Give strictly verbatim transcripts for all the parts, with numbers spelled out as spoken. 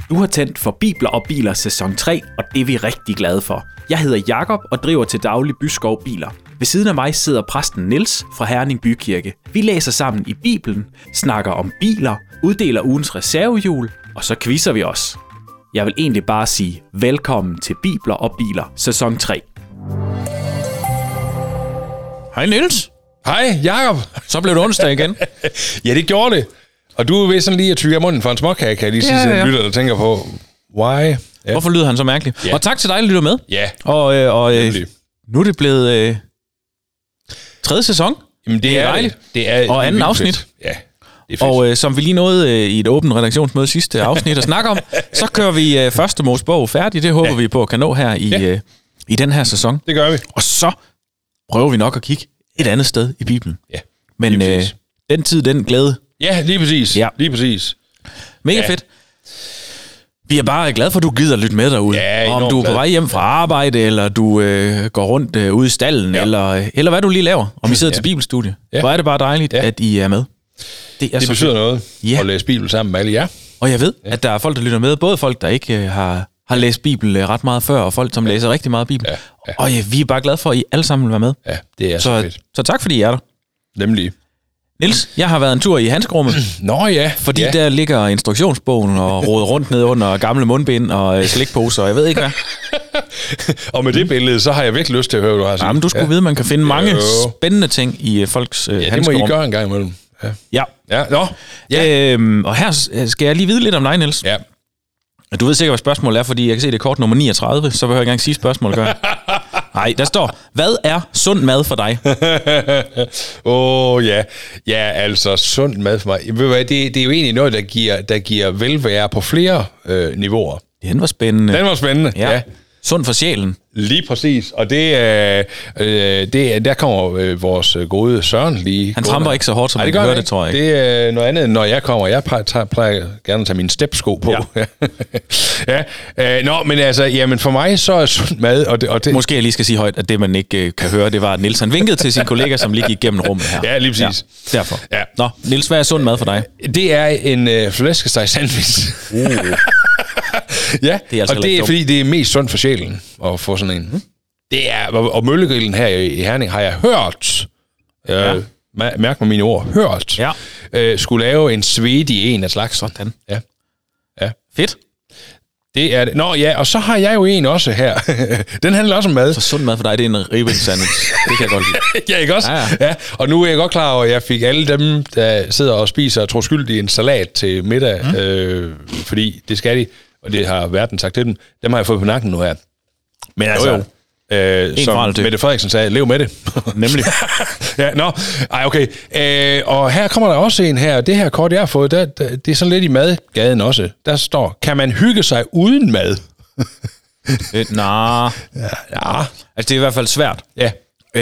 Du har tændt for Bibler og Biler sæson tre, og det er vi rigtig glade for. Jeg hedder Jakob og driver til daglig Byskov Biler. Ved siden af mig sidder præsten Niels fra Herning Bykirke. Vi læser sammen i Bibelen, snakker om biler, uddeler ugens reservehjul, og så quizzer vi os. Jeg vil egentlig bare sige velkommen til Bibler og Biler sæson tre. Hej Niels. Hej Jakob. Så blev det onsdag igen. Ja, det gjorde det. Og du er ved sådan lige at tyre munden for en småkage, kan jeg lige sige, ja, ja. Til en lytter, der tænker på, why? Ja. Hvorfor lyder han så mærkeligt? Ja. Og tak til dig, der lytter med. Ja. Og, øh, og øh, nu er det blevet øh, tredje sæson. Jamen, det, det er dejligt. Det er og anden afsnit. Fedt. Ja, det er fedt. Og øh, som vi lige nåede øh, i et åbent redaktionsmøde sidste afsnit at snakke om, så kører vi øh, første Mosebog færdig. Det håber ja. vi på at kan nå her i, ja. øh, i den her sæson. Det gør vi. Og så prøver vi nok at kigge et andet sted i Bibelen. Ja. Men øh, den tid, den glæde. Ja, lige præcis. Ja. Lige præcis. Mega ja. fedt. Vi er bare glade for, at du gider lytte med derude. Ja, om du er på vej hjem fra arbejde, eller du øh, går rundt øh, ude i stallen, ja. eller, eller hvad du lige laver. Om vi sidder ja. til bibelstudie. Ja. Hvor er det bare dejligt, ja. at I er med. Det, er det betyder fedt. noget ja. at læse Bibel sammen med alle jer. Og jeg ved, ja. at der er folk, der lytter med. Både folk, der ikke øh, har, har læst Bibel øh, ret meget før, og folk, som ja. læser rigtig meget Bibel. Ja. Ja. Og ja, vi er bare glade for, at I alle sammen vil være med. Ja, det er så, så fedt. Så tak, fordi I er der. Nemlig. Niels, jeg har været en tur i handskerummet. Nå ja. Fordi ja. der ligger instruktionsbogen og roder rundt ned under gamle mundbind og slikposer, og jeg ved ikke hvad. Og med det billede, så har jeg virkelig lyst til at høre, hvad du har sagt. Jamen, du skulle ja. vide, man kan finde mange jo. spændende ting i folks øh, ja, handskerum. Det må I gøre en gang imellem. Ja. Ja. ja. Nå. Ja. Øhm, og her skal jeg lige vide lidt om dig, Niels. Ja. Du ved sikkert, hvad spørgsmålet er, fordi jeg kan se, det er kort nummer niogtredive, så vil jeg ikke engang sige spørgsmålet, gør. Nej, der står, hvad er sund mad for dig? Åh, oh, ja. Ja, altså, sund mad for mig. Ved du hvad, det, det er jo egentlig noget, der giver, der giver velvære på flere øh, niveauer. Den var spændende. Den var spændende, ja. ja. Sund for sjælen. Lige præcis, og det, øh, øh, det der kommer øh, vores gode Søren lige. Han tramper ikke så hårdt, som man kan høre det, tror jeg ikke. Det er øh, noget andet, end når jeg kommer. Jeg plejer, plejer gerne at tage mine stepsko på. Ja. ja. Øh, nå, men altså, jamen for mig så er sund mad, og det, og det... Måske jeg lige skal sige højt, at det man ikke øh, kan høre, det var, at Niels han vinkede til sin kollega, som lige gik gennem rummet her. Ja, lige præcis. Ja, derfor. Ja. Nå, Niels, hvad er sund mad for dig? Det er en øh, flæskesteg sandwich. Uh. ja, det er altså og det er, fordi det er mest sundt for sjælen at få sådan en. Mm. Det er, og Møllegrillen her i Herning har jeg hørt, øh, ja. mærk mig mine ord, hørt, ja. øh, skulle lave en svedig en af slags. Sådan. Ja. ja. Fedt. Det er det. Nå ja, og så har jeg jo en også her. Den handler også om mad. Så sund mad for dig, det er en ribben sandwich. Det kan jeg godt lide. ja, ikke også? Ja, ja. ja, og nu er jeg godt klar over, at jeg fik alle dem, der sidder og spiser troskyldig en salat til middag, mm. øh, fordi det skal de, og det har verden sagt til dem. Dem har jeg fået på nakken nu her. Men altså... Jo, jo. Øh, som Mette Frederiksen sagde, lev med det. Nemlig. ja, nå, ej, okay. Øh, og her kommer der også en her. Det her kort, jeg har fået, der, der, det er sådan lidt i madgaden også. Der står, kan man hygge sig uden mad? øh, nej. Ja, ja. Altså, det er i hvert fald svært. Ja.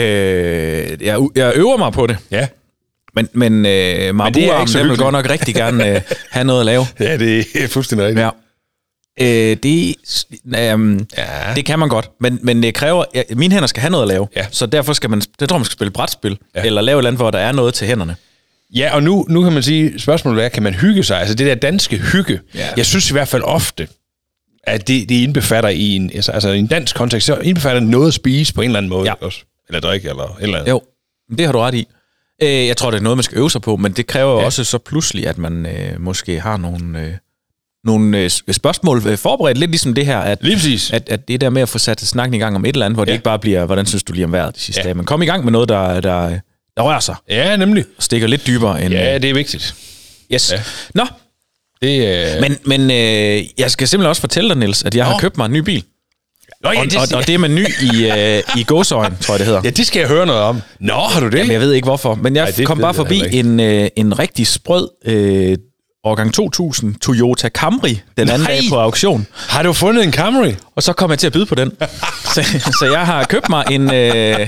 Øh, jeg, jeg øver mig på det. Ja. Men, men øh, Marburg, den vil godt nok rigtig gerne øh, have noget at lave. Ja, det er fuldstændig rigtigt. Ja. Øh, det, øh, ja. det kan man godt, men, men det kræver, ja, mine hænder skal have noget at lave, ja. så derfor skal man, det tror man skal spille brætspil, ja. eller lave et eller andet, hvor der er noget til hænderne. Ja, og nu, nu kan man sige, spørgsmålet er, kan man hygge sig? Altså det der danske hygge, ja. jeg synes i hvert fald ofte, at det, det indbefatter i en, altså, altså i en dansk kontekst, så indbefatter noget at spise på en eller anden måde, ja. også. Eller drikke, eller et eller andet. Jo, det har du ret i. Jeg tror, det er noget, man skal øve sig på, men det kræver ja. også så pludselig, at man øh, måske har nogle... Øh, nogle øh, spørgsmål forberedt, lidt ligesom det her, at, at, at det der med at få sat snakken i gang om et eller andet, hvor ja. det ikke bare bliver, hvordan synes du lige om vejret de sidste ja. dage, men kom i gang med noget, der, der, der rører sig. Ja, nemlig. Og stikker lidt dybere end... Ja, det er vigtigt. Yes. Ja. Nå. Det, øh... Men, men øh, jeg skal simpelthen også fortælle dig, Niels, at jeg Nå. har købt mig en ny bil. Nå, ja, og, det, og, og det er med ny i, øh, i gåseøjne, tror jeg det hedder. Ja, det skal jeg høre noget om. Nå, har du det? Jamen, jeg ved ikke hvorfor, men jeg Ej, kom bare forbi en, øh, en rigtig sprød... Øh, årgang to tusind Toyota Camry den anden Nej. dag på auktion. Har du fundet en Camry? Og så kom jeg til at byde på den. så, så jeg har købt mig en, øh,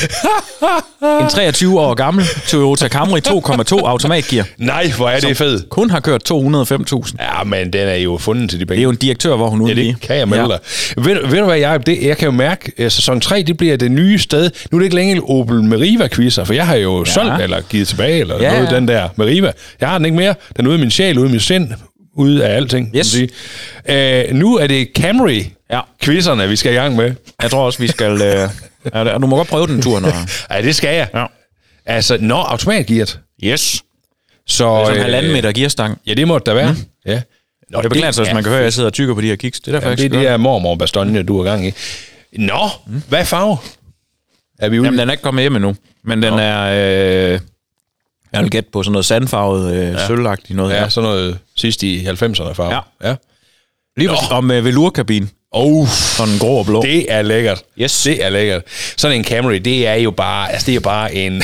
en treogtyve år gammel Toyota Camry to komma to automatgear. Nej, hvor er det fedt. Kun har kørt to hundrede og fem tusind. Ja, men den er jo fundet til de penge. Det er jo en direktør, hvor hun nu ja, det kan jeg melde dig. Ja. Ved, ved du hvad, jeg, det, jeg kan jo mærke, at sæson tre, det bliver det nye sted. Nu er det ikke længere Opel Meriva-quizzer, for jeg har jo ja. solgt eller givet tilbage, eller ja. noget den der Meriva. Jeg har den ikke mere. Den er ude i min sjæl, ude i min sind, ude af alting. Yes. Sige. Øh, nu er det Camry-quizzerne, ja. vi skal i gang med. Jeg tror også, vi skal... Øh, ja, du må godt prøve den tur, når... Ja, det skal jeg. Ja. Altså, når automatgearet. Yes. Så, det er sådan en halvanden meter gearstang. Ja, det må det da være. Mm. Ja. Nå, det beklager sig, hvis man kan høre, at jeg sidder og tykker på de her kiks. Det er derfor, ja, det er de her mormor-bastonjer, du er gang i. Nå, mm. hvad farve? Er vi ude? Jamen, den er ikke kommet hjem endnu. Men den Nå. er... Øh, jeg vil gætte på sådan noget sandfarvet, øh, ja. sølvagtigt noget ja, her. Ja, sådan noget sidst i halvfemserne farve. Ja. ja. Lige om øh, velurkabine. Oh, sådan en grå og blå. Det er lækkert. Yes. Det er lækkert. Sådan en Camry, det er jo bare, altså det er bare en,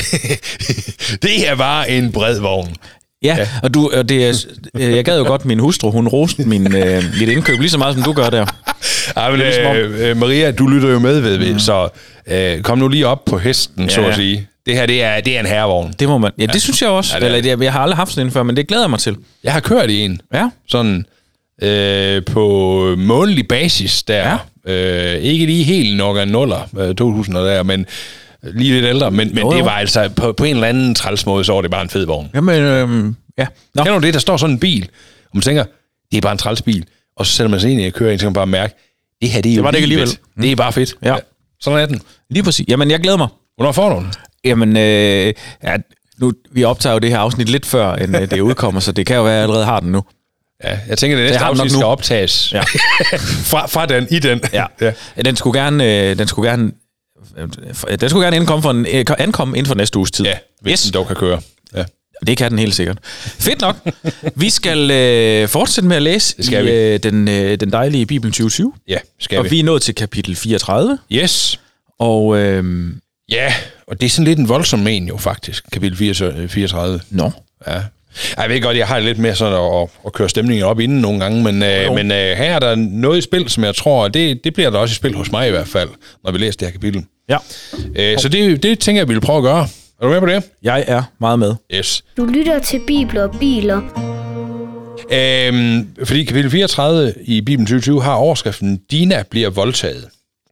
det er bare en bred vogn. Ja, ja. og du, og det er, jeg gad jo godt, min hustru, hun roste min, øh, mit indkøb lige så meget, som du gør der. Ja, men, øh, Maria, du lytter jo med, ved vi, mm. så øh, kom nu lige op på hesten, ja. så at sige. Det her, det er, det er en herrevogn. Det må man. Ja, det ja. synes jeg også. Ja, Eller, jeg, jeg har aldrig haft sådan en før, men det glæder jeg mig til. Jeg har kørt i en. Ja. Sådan øh, på månedlig basis der. Ja. Øh, ikke lige helt nok af nuller, øh, to tusind der, men lige lidt ældre. Men, men det var altså, på, på en eller anden træls måde, så var det bare en fed vogn. Jamen, øh, ja. Nå. Kender du det, der står sådan en bil, og man tænker, det er bare en træls bil, og så sætter man sig ind i at køre ind, så kan man bare mærke, det her, det er jo det det alligevel. Mm. Det er bare fedt. Ja. Ja. Sådan er den. Lige præcis. Jamen, jeg glæder mig. Hvornår får du den? Jamen, øh, ja, nu, vi optager jo det her afsnit lidt før, end øh, det udkommer, så det kan jo være, at jeg allerede har den nu. Ja, jeg tænker, det næste afsnit skal optages. Ja. fra, fra den, i den. Ja. ja. Den skulle gerne, øh, den skulle gerne, øh, den skulle gerne indkomme for en, øh, ankomme inden for næste uges tid. Ja, hvis yes. den dog kan køre. Ja. Det kan den helt sikkert. Fedt nok. Vi skal øh, fortsætte med at læse skal i, øh, den, øh, den dejlige Bibelen tyve tyve. Ja, skal og vi. vi er nået til kapitel fireogtredive. Yes. Og... Øh, ja, og det er sådan lidt en voldsom en jo faktisk, kapitel fireogtredive. Nå. Ja. Jeg ved godt, jeg har lidt mere sådan at, at køre stemningen op inden nogle gange, men, øh, men øh, her er der noget i spil, som jeg tror, det, det bliver der også i spil hos mig i hvert fald, når vi læser det her kapitel. Ja. Øh, så det, det tænker jeg, vi vil prøve at gøre. Er du med på det? Jeg er meget med. Yes. Du lytter til Bibler og Biler. Øhm, fordi kapitel fireogtredive i Bibelen tyve tyve har overskriften, Dina bliver voldtaget.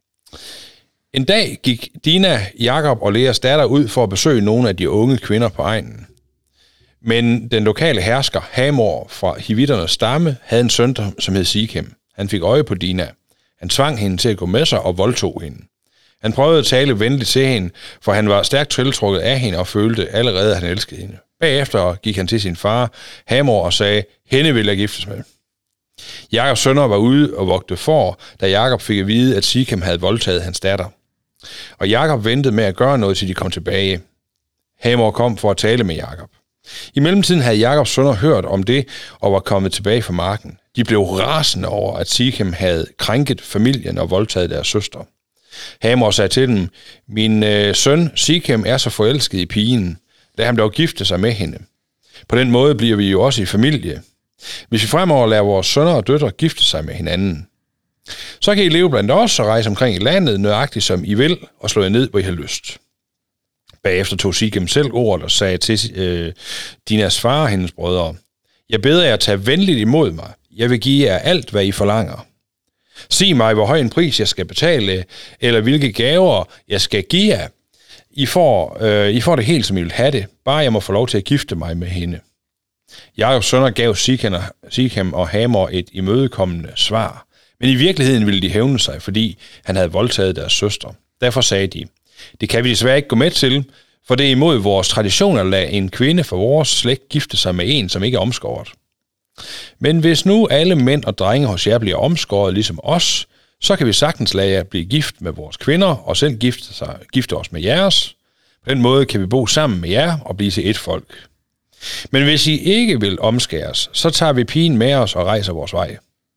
En dag gik Dina, Jakob og Leas datter ud for at besøge nogle af de unge kvinder på egnen. Men den lokale hersker, Hamor fra hivitternes stamme, havde en søn, som hed Sikem. Han fik øje på Dina. Han tvang hende til at gå med sig og voldtog hende. Han prøvede at tale venligt til hende, for han var stærkt tiltrukket af hende og følte allerede, at han elskede hende. Bagefter gik han til sin far, Hamor, og sagde, hende vil jeg giftes med. Jakobs sønner var ude og vogte får, da Jakob fik at vide, at Sikem havde voldtaget hans datter. Og Jakob ventede med at gøre noget, til de kom tilbage. Hamor kom for at tale med Jakob. I mellemtiden havde Jakobs sønner hørt om det og var kommet tilbage fra marken. De blev rasende over, at Sikem havde krænket familien og voldtaget deres søster. Hamor sagde til dem, min øh, søn Sikem er så forelsket i pigen. Lad ham dog gifte sig med hende. På den måde bliver vi jo også i familie. Hvis vi fremover lader vores sønner og døtre gifte sig med hinanden, så kan I leve blandt os og rejse omkring i landet, nøjagtigt som I vil, og slå jer ned, hvor I har lyst. Bagefter tog Sikem selv ordet og sagde til øh, Dinas far og hendes brødre, jeg beder jer at tage venligt imod mig. Jeg vil give jer alt, hvad I forlanger. Sig mig, hvor høj en pris jeg skal betale, eller hvilke gaver jeg skal give jer. I får, øh, I får det helt, som I vil have det, bare jeg må få lov til at gifte mig med hende. Jakobs sønner gav Sikem og Hamor et imødekommende svar, men i virkeligheden ville de hævne sig, fordi han havde voldtaget deres søster. Derfor sagde de, det kan vi desværre ikke gå med til, for det er imod vores tradition at lade en kvinde fra vores slægt gifte sig med en, som ikke er omskåret. Men hvis nu alle mænd og drenge hos jer bliver omskåret ligesom os, så kan vi sagtens lade jer blive gift med vores kvinder og selv gifte, sig, gifte os med jeres. På den måde kan vi bo sammen med jer og blive til et folk. Men hvis I ikke vil omskæres, så tager vi pigen med os og rejser vores vej.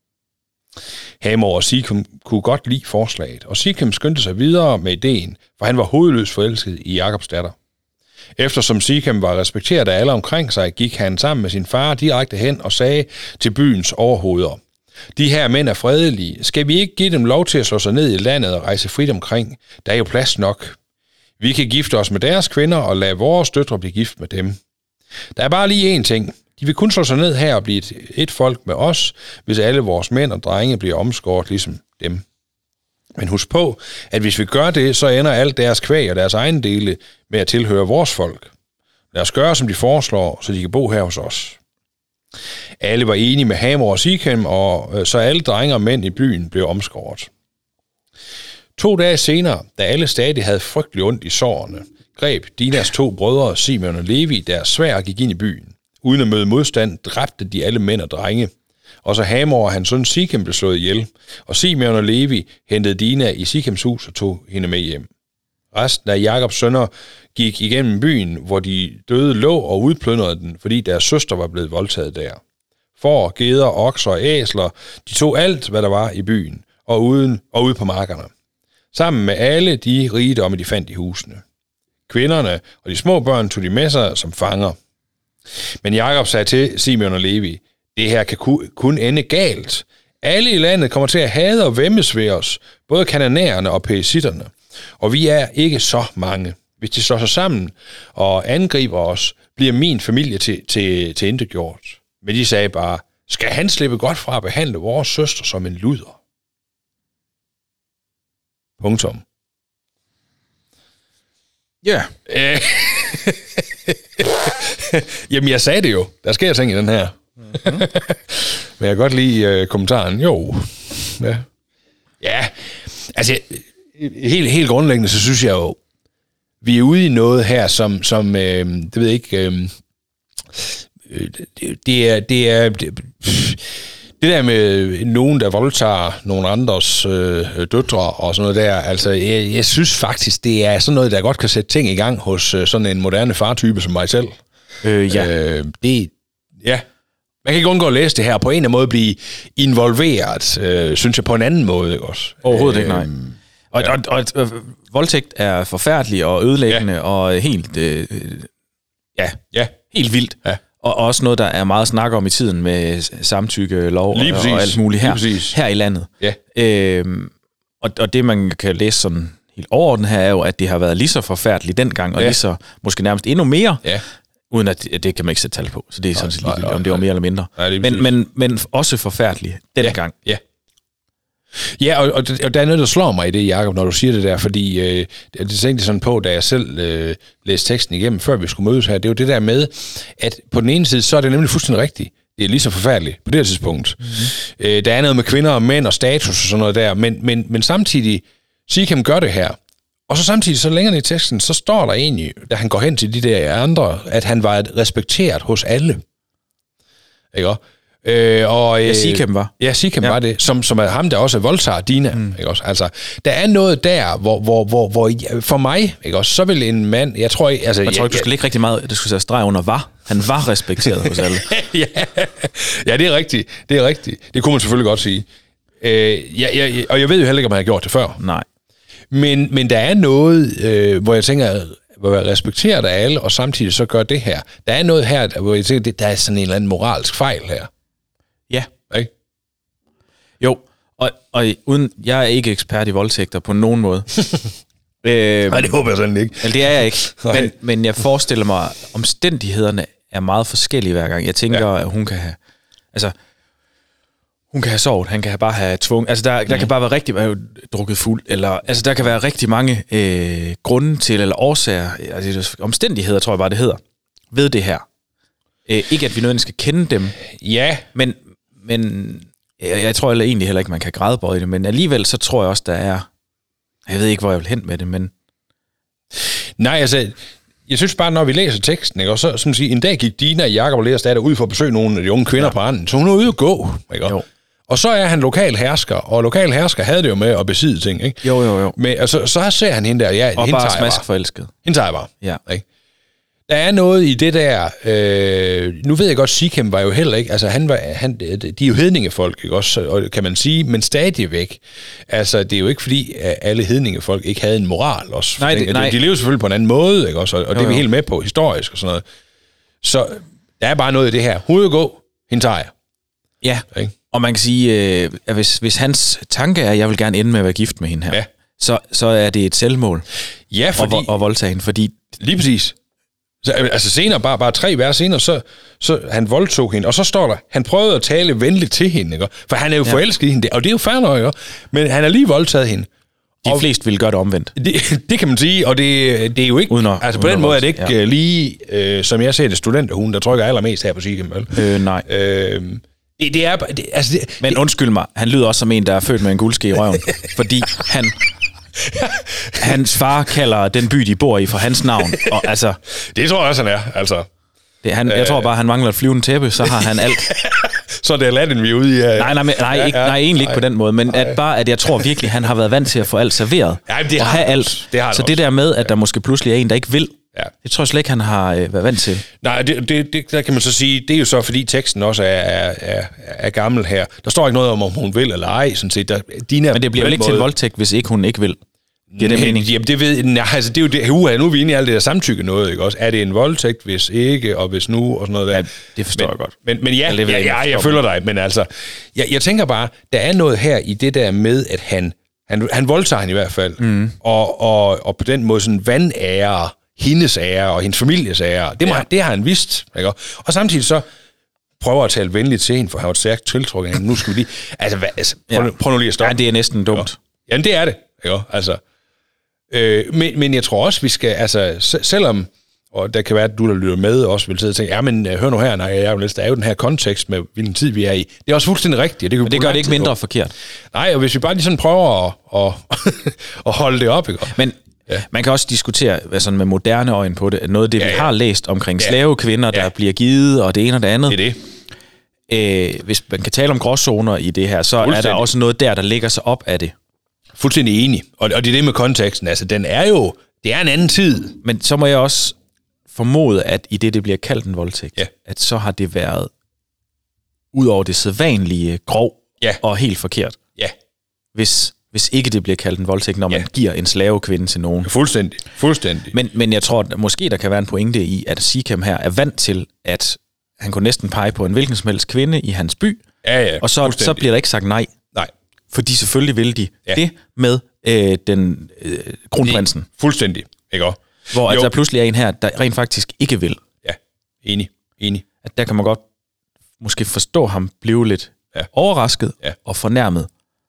Hamor og Sikem kunne godt lide forslaget, og Sikem skyndte sig videre med ideen, for han var hovedløst forelsket i Jakobs datter. Eftersom Sikem var respekteret af alle omkring sig, gik han sammen med sin far direkte hen og sagde til byens overhoveder, de her mænd er fredelige. Skal vi ikke give dem lov til at slå sig ned i landet og rejse frit omkring? Der er jo plads nok. Vi kan gifte os med deres kvinder og lade vores døtre blive gift med dem. Der er bare lige én ting. De vil kun slå sig ned her og blive et, et folk med os, hvis alle vores mænd og drenge bliver omskåret ligesom dem. Men husk på, at hvis vi gør det, så ender alt deres kvæg og deres ejendele med at tilhøre vores folk. Lad os gøre, som de foreslår, så de kan bo her hos os. Alle var enige med Hamor og Sichem, og øh, så alle drenge og mænd i byen blev omskåret. To dage senere, da alle stadig havde frygtelig ondt i sårene, greb Dinas to brødre, Simeon og Levi, deres sværd og gik ind i byen. Uden at møde modstand, dræbte de alle mænd og drenge. Og så Hamor og hans søn Sichem blev slået ihjel, og Simeon og Levi hentede Dina i Sichems hus og tog hende med hjem. Resten af Jakobs sønner gik igennem byen, hvor de døde lå og udplyndrede den, fordi deres søster var blevet voldtaget der. Får, geder, okser og æsler, de tog alt, hvad der var i byen, og, uden, og ude på markerne. Sammen med alle de rigdomme, de fandt i husene. Kvinderne og de små børn tog de med sig som fanger. Men Jakob sagde til Simeon og Levi, det her kan kun ende galt. Alle i landet kommer til at hade og væmmes ved os, både kananæerne og perisitterne. Og vi er ikke så mange. Hvis de slår sig sammen og angriber os, bliver min familie til, til, til intetgjort. Men de sagde bare, skal han slippe godt fra at behandle vores søster som en luder? Punktum. Ja. Yeah. Jamen, jeg sagde det jo. Der sker ting i den her. Mm-hmm. Men jeg kan godt lide uh, kommentaren. Jo. Ja. Ja. Altså, helt, helt grundlæggende, så synes jeg jo, vi er ude i noget her, som, som øh, det ved jeg ikke, øh, det, det er, det er, det, det der med nogen, der voldtager nogle andres øh, døtre og sådan noget der, altså, jeg, jeg synes faktisk, det er sådan noget, der godt kan sætte ting i gang hos øh, sådan en moderne fartype som mig selv. Øh, ja. Øh, det, ja. Man kan ikke undgå at læse det her, på en eller anden måde blive involveret, øh, synes jeg, på en anden måde, ikke også? Overhovedet øh, ikke, nej. Og, ja. og, og, og voldtægt er forfærdelig og ødelæggende, ja. og helt, øh, ja, ja, helt vildt. Ja. Og også noget, der er meget snak om i tiden med samtykke, lov og, og alt muligt her, her i landet. Ja. Øhm, og, og det, man kan læse sådan helt overordnet her, er jo, at det har været lige så forfærdeligt dengang, og ja. lige så måske nærmest endnu mere, ja. uden at det, det kan man ikke sætte tal på. Så det er sådan set ligegyldigt, om det var mere eller mindre. Nej, men, men, men også forfærdeligt dengang. Ja. ja. Ja, og, og, og der er noget, der slår mig i det, Jacob, når du siger det der, fordi øh, det tænkte sådan på, da jeg selv øh, læste teksten igennem, før vi skulle mødes her, det er jo det der med, at på den ene side, så er det nemlig fuldstændig rigtigt. Det er lige så forfærdeligt på det her tidspunkt. Mm-hmm. Øh, der er noget med kvinder og mænd og status og sådan noget der, men, men, men samtidig, Sichem gør det her. Og så samtidig, så længere i teksten, så står der egentlig, da han går hen til de der andre, at han var respekteret hos alle. Ikke også? Øh, og, ja, Sichem var. Ja, Sichem ja. var det, som, som er ham, der også voldtager Dina. Mm. Ikke også? Altså, der er noget der, hvor, hvor, hvor, hvor for mig, ikke også, så vil en mand, jeg tror ikke... Altså, jeg tror ikke, du skal lægge rigtig meget, det skulle sige streg under var. Han var respekteret hos alle. ja. ja, det er rigtigt. Det er rigtigt. Det kunne man selvfølgelig godt sige. Øh, ja, ja, og jeg ved jo heller ikke, om han har gjort det før. Nej. Men, men der er noget, øh, hvor jeg tænker, hvor jeg respekterer det alle, og samtidig så gør det her. Der er noget her, hvor jeg tænker, der er sådan en eller anden moralsk fejl her. Ja. Ikke? Jo, og, og uden, jeg er ikke ekspert i voldtægter på nogen måde. øhm, Nej, det håber jeg sådan ikke. Eller det er jeg ikke. Men, men jeg forestiller mig, at omstændighederne er meget forskellige hver gang. Jeg tænker, ja. at hun kan have... Altså, hun kan have sovet, han kan bare have tvunget... Altså, der, der mm. kan bare være rigtig... Øh, drukket fuld, eller... Altså, der kan være rigtig mange øh, grunde til, eller årsager... Altså, omstændigheder, tror jeg bare, det hedder. Ved det her. Øh, ikke, at vi nødvendigvis skal kende dem. Ja. Men... Men jeg, jeg tror egentlig heller ikke, man kan grædebøje det, men alligevel så tror jeg også, der er... Jeg ved ikke, hvor jeg vil hen med det, men... Nej, altså... Jeg synes bare, når vi læser teksten, ikke, og så som siger, en dag gik Dina og Jakob og Leas datter ud for at besøge nogle af de unge kvinder ja. på anden, så hun er ude at gå, ikke? Jo. Og så er han lokal hersker, og lokal hersker havde det jo med at besidde ting, ikke? Jo, jo, jo. Men altså, så ser han hende der, ja, og hende bare smask forelsket. Hende tager jeg bare. Ja. Ikke? Der er noget i det der, øh, nu ved jeg godt, Sichem var jo heller ikke, altså han var, han, de er jo hedningefolk, ikke også, og, kan man sige, men stadigvæk, altså det er jo ikke fordi, at alle hedningefolk ikke havde en moral også. Nej, det, nej. De, de lever selvfølgelig på en anden måde, ikke også, og, og jo, det er vi jo. helt med på, historisk og sådan noget. Så der er bare noget i det her, hun vil gå, hende tager jeg. Ja, ikke? Og man kan sige, øh, at hvis, hvis hans tanke er, at jeg vil gerne ende med at være gift med hende her, ja. så, så er det et selvmål ja, fordi, at, at voldtage hende, fordi... Lige præcis. Så, altså senere, bare, bare tre vers senere, så, så han voldtog hende, og så står der, han prøvede at tale venligt til hende, ikke? For han er jo ja. forelsket i hende, og det er jo fair nok, ikke? Men han har lige voldtaget hende. De og fleste vil gøre det omvendt. Det, det kan man sige, og det, det er jo ikke... At, altså på den måde er det ikke ja. lige, øh, som jeg ser det, studenterhuen, der trykker allermest her på Seachem. Øh, nej. Øh, det, det er... Det, altså det, Men undskyld mig, han lyder også som en, der er født med en guldske i røven. Fordi han... Hans far kalder den by, de bor i, for hans navn. Og altså... Det tror jeg også, han er, altså... Det, han, jeg tror bare, han mangler et flyvende tæppe, så har han alt. Så det er Aladdin, vi er ude i... Uh... Nej, nej, nej, nej, ikke, nej egentlig nej. Ikke på den måde, men nej. at bare, at jeg tror virkelig, han har været vant til at få alt serveret. Ja, det og have alt. Det har så også. Det der med, at der måske pludselig er en, der ikke vil, ja. det tror jeg slet ikke, han har øh, været vant til. Nej, det, det, det, der kan man så sige, det er jo så, fordi teksten også er, er, er, er gammel her. Der står ikke noget om, om hun vil eller ej, sådan set. Der, Dina, men det bliver jo ikke måde... til en voldtægt, hvis ikke hun ikke vil. Giver det mening? Jamen, det ved nej, altså det er jo det. Uha, nu er vi inde i alt det der samtykke noget, ikke også? Er det en voldtægt, hvis ikke, og hvis nu, og sådan noget der? Ja, det forstår men, jeg godt. Men, men ja, ja, ja, ja, jeg følger dig, men altså, jeg, jeg tænker bare, der er noget her i det der med, at han, han, han voldtager hende i hvert fald, mm. og, og, og på den måde sådan vandære, hendes ære og hendes families ære. Det, må, ja. det har han vidst, ikke? Og samtidig så prøver at tale venligt til hende, for han var et stærkt tiltrukket. Nu skal vi lige... Altså, hvad, altså prøv, ja. prøv nu lige at stoppe. Ja, det er næsten dumt. Ja, det er det, ikke? Altså... Øh, men, men jeg tror også, vi skal, altså, selvom, og der kan være, at du, der lytter med, også vil sidde og tænke, ja, men hør nu her, nej, jeg er der er jo den her kontekst med, hvilken tid vi er i. Det er også fuldstændig rigtigt. Det, kan men det gør det ikke mindre på. Forkert. Nej, og hvis vi bare lige sådan prøver at, at, at holde det op, ikke? Men ja. Man kan også diskutere altså, med moderne øjne på det, at noget af det, ja, ja. vi har læst omkring ja. slavekvinder, der ja. bliver givet, og det ene og det andet. Det er det. Øh, hvis man kan tale om gråzoner i det her, så er der også noget der, der ligger sig op af det. Fuldstændig enig. Og, og det er det med konteksten. Altså, den er jo... Det er en anden tid. Men så må jeg også formode, at i det, det bliver kaldt en voldtægt, ja. at så har det været ud over det sædvanlige grov ja. og helt forkert. Ja. Hvis, hvis ikke det bliver kaldt en voldtægt, når ja. man giver en slavekvinde til nogen. Fuldstændig. Fuldstændig. Men, men jeg tror, at måske der kan være en pointe i, at Seachem her er vant til, at han kunne næsten pege på en hvilken som helst kvinde i hans by, ja, ja. og så, så bliver der ikke sagt nej. Nej. Fordi selvfølgelig vil de ja. det med øh, den øh, kronprinsen. Fuldstændig, ikke også? Hvor altså, der pludselig er en her, der rent faktisk ikke vil. Ja, enig, enig. At der kan man godt måske forstå ham blive lidt ja. overrasket ja. og fornærmet.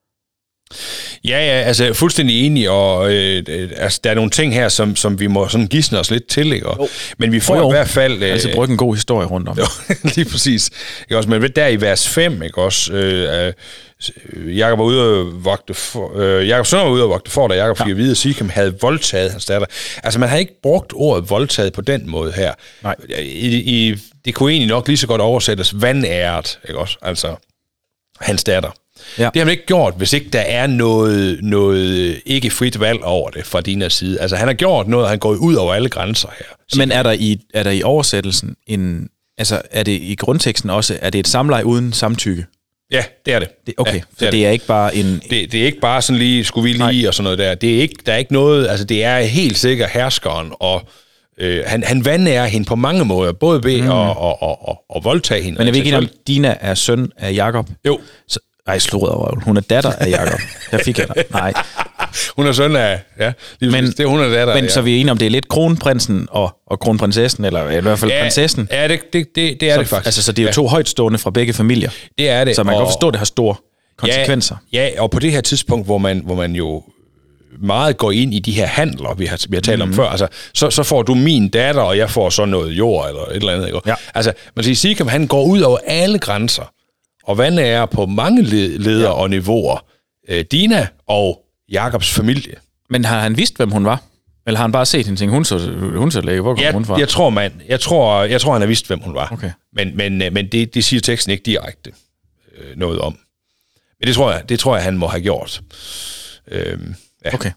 Ja, ja, altså fuldstændig enig, og øh, altså, der er nogle ting her, som, som vi må sådan gisne os lidt til, ikke? Og, men vi får jo, jo. i hvert fald... Øh, altså bruge en god historie rundt om. Jo, lige præcis. Ikke også? Men der i vers fem, ikke også... Øh, øh, Jakob var ude og vogte for, øh, Jakob Sønder var ude og vogte for, da Jakob fik at vide, at Seachem havde voldtaget hans datter. Altså, man har ikke brugt ordet voldtaget på den måde her. Nej. I, i, det kunne egentlig nok lige så godt oversættes vandæret, ikke også? Altså, hans datter. Ja. Det har man ikke gjort, hvis ikke der er noget, noget ikke frit valg over det fra Dinas side. Altså, han har gjort noget, han går ud over alle grænser her. Men er der i, er der i oversættelsen en... Altså, er det i grundteksten også, er det et samleje uden samtykke? Ja, det er det. det okay, ja, det så er det er ikke bare en... Det, det er ikke bare sådan lige, skulle vi lige Nej. og sådan noget der. Det er ikke, der er ikke noget... Altså, det er helt sikkert herskeren, og øh, han, han vandærer hende på mange måder, både ved mm. at og, og, og, og voldtage hende. Men er vi ikke om, Dina er søn af Jakob? Jo. Så, ej, slået over. Hun er datter af Jakob. Der fik jeg dig. Nej. Hun er søn af... Ja, men, det er hun er datter Men ja. så er vi enige om, det er lidt kronprinsen og, og kronprinsessen, eller i hvert fald ja, prinsessen. Ja, det, det, det, det er så, det faktisk. Altså, så det er jo ja. to højtstående fra begge familier. Det er det. Så man og, kan godt forstå, at det har store konsekvenser. Ja, ja, og på det her tidspunkt, hvor man, hvor man jo meget går ind i de her handler, vi har, vi har talt mm. om før, altså, så, så får du min datter, og jeg får så noget jord, eller et eller andet. Ikke? Ja. Altså, man siger, Seachem, han går ud over alle grænser, og vandærer på mange ledere ja. og niveauer. Øh, Dina og Jakobs familie. Men har han vidst, hvem hun var? Eller har han bare set hende ting? Hun så, hun så læge. Hvor kom jeg, hun fra? Jeg tror, man, jeg, tror, jeg tror, han har vidst, hvem hun var. Okay. Men, men, men det, det siger teksten ikke direkte øh, noget om. Men det tror jeg, det tror jeg, han må have gjort. Øhm, ja. Okay.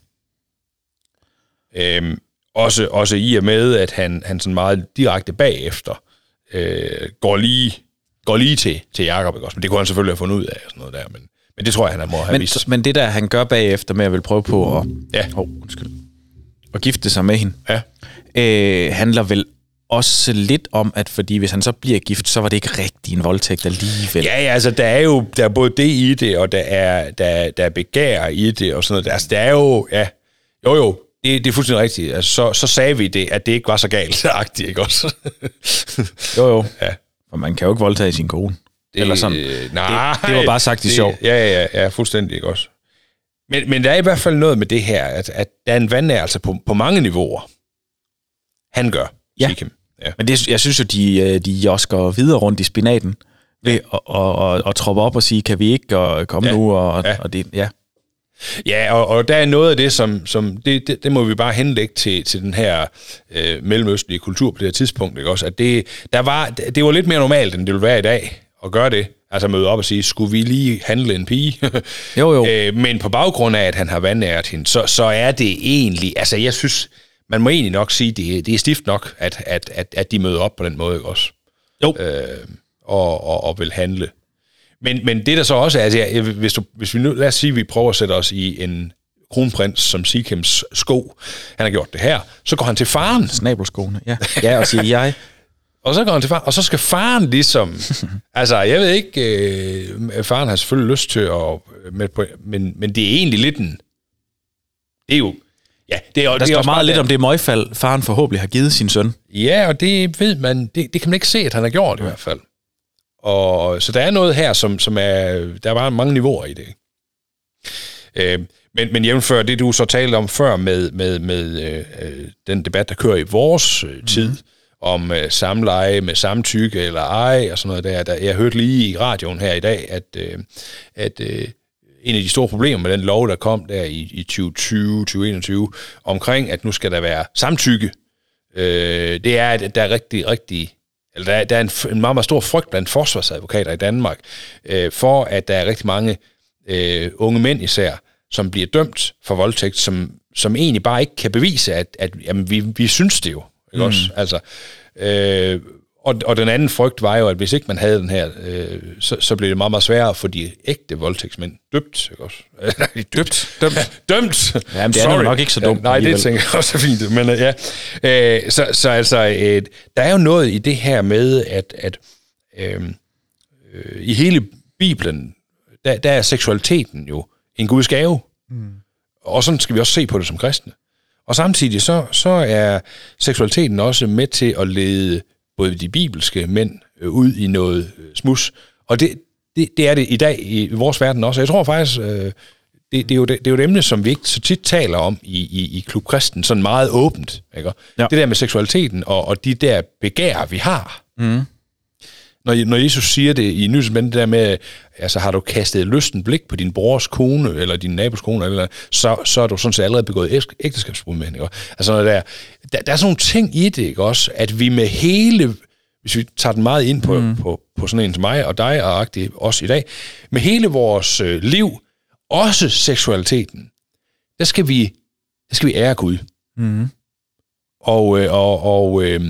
Øhm, også, også i og med, at han, han sådan meget direkte bagefter øh, går lige, går lige til, til Jakob, ikke også? Men det kunne han selvfølgelig have fundet ud af, sådan noget der, men, men det tror jeg, han må have men, vist. Men det der, han gør bagefter med at vil prøve på at, ja. oh, undskyld, at gifte sig med hende, ja. øh, handler vel også lidt om, at fordi hvis han så bliver gift, så var det ikke rigtig en voldtægt alligevel. Ja, ja, altså der er jo der er både det i det, og der er, der, der er begær i det, og sådan noget. Altså der er jo, ja, jo jo, det, det er fuldstændig rigtigt. Altså, så, så sagde vi det, at det ikke var så galt-agtigt, ikke også? jo jo, ja. For man kan jo ikke voldtage sin kone. Det, eller sådan. Øh, nej, det, det var bare sagt i sjov. Ja, ja, ja, fuldstændig, ikke også? Men, men der er i hvert fald noget med det her, at, at der er en vandnærelse på, på mange niveauer. Han gør, ja. Sikkim. Ja. Men det, jeg synes jo, de, de josker videre rundt i spinaten ved at og, og, og troppe op og sige, kan vi ikke og komme ja. nu? Og, ja. og det, ja. Ja, og, og der er noget af det, som, som det, det, det må vi bare henlægge til, til den her øh, mellemøstlige kultur på det her tidspunkt, ikke også? At det, der var, det var lidt mere normalt, end det ville være i dag, at gøre det. Altså møde op og sige, skulle vi lige handle en pige? Jo, jo. øh, men på baggrund af, at han har vandæret hende, så, så er det egentlig, altså jeg synes, man må egentlig nok sige, det, det er stift nok, at, at, at, at de møder op på den måde, ikke også? Jo. Øh, og, og, og vil handle. Men, men det der så også er, altså, ja, hvis, du, hvis vi nu, lad os sige, at vi prøver at sætte os i en kronprins som Sikkims sko, han har gjort det her, så går han til faren. Snabelskoene, ja. Ja, og siger jeg. Og så går han til faren, og så skal faren ligesom, altså jeg ved ikke, øh, faren har selvfølgelig lyst til at, med på, men, men det er egentlig lidt en, det er jo, ja, det er, der det er står meget lidt der. om det møgfald, faren forhåbentlig har givet sin søn. Ja, og det ved man, det, det kan man ikke se, at han har gjort i hvert fald. Og så der er noget her, som, som er, der er bare mange niveauer i det. Øh, men, men jævnfør det, du så talte om før med, med, med øh, den debat, der kører i vores øh, tid, mm. om øh, samleje med samtykke eller ej, og sådan noget der. der jeg hørte lige i radioen her i dag, at, øh, at øh, en af de store problemer med den lov, der kom der i, i tyve tyve til tyve enogtyve, omkring, at nu skal der være samtykke, øh, det er, at der er rigtig, rigtig eller der, der er en, en meget, meget stor frygt blandt forsvarsadvokater i Danmark, øh, for at der er rigtig mange øh, unge mænd især, som bliver dømt for voldtægt, som, som egentlig bare ikke kan bevise, at, at jamen, vi, vi synes det jo. Ikke mm. også? Altså, øh, og, og den anden frygt var jo, at hvis ikke man havde den her, øh, så, så blev det meget, meget sværere for de ægte voldtægtsmænd døbt. Ikke også? Døbt? Dømt? Dømt! Jamen, det er jo nok ikke så dumt. Ja, nej, det tænker jeg også er fint. Men øh, ja, øh, så, så altså, øh, der er jo noget i det her med, at, at øh, øh, i hele Bibelen, der, der er seksualiteten jo en Guds gave. Mm. Og sådan skal vi også se på det som kristne. Og samtidig så, så er seksualiteten også med til at lede både de bibelske mænd øh, ud i noget øh, smus. Og det, det, det er det i dag i vores verden også. Jeg tror faktisk, øh, det, det, er jo det, det er jo et emne, som vi ikke så tit taler om i, i, i Klub Kristen, sådan meget åbent. Ikke? Ja. Det der med seksualiteten og, og de der begær, vi har. Mm. Når, når Jesus siger det i Nyhedsmænd, det der med, altså har du kastet lysten blik på din brors kone, eller din nabos kone, eller, så, så er du sådan set allerede begået ægteskabsbrud med hende. Altså når der, der, der er sådan nogle ting i det, ikke også, at vi med hele, hvis vi tager den meget ind på, mm. på, på sådan en som mig og dig, og agtigt også i dag, med hele vores øh, liv, også seksualiteten, der skal vi, der skal vi ære Gud. Mm. Og, øh, og, og øh,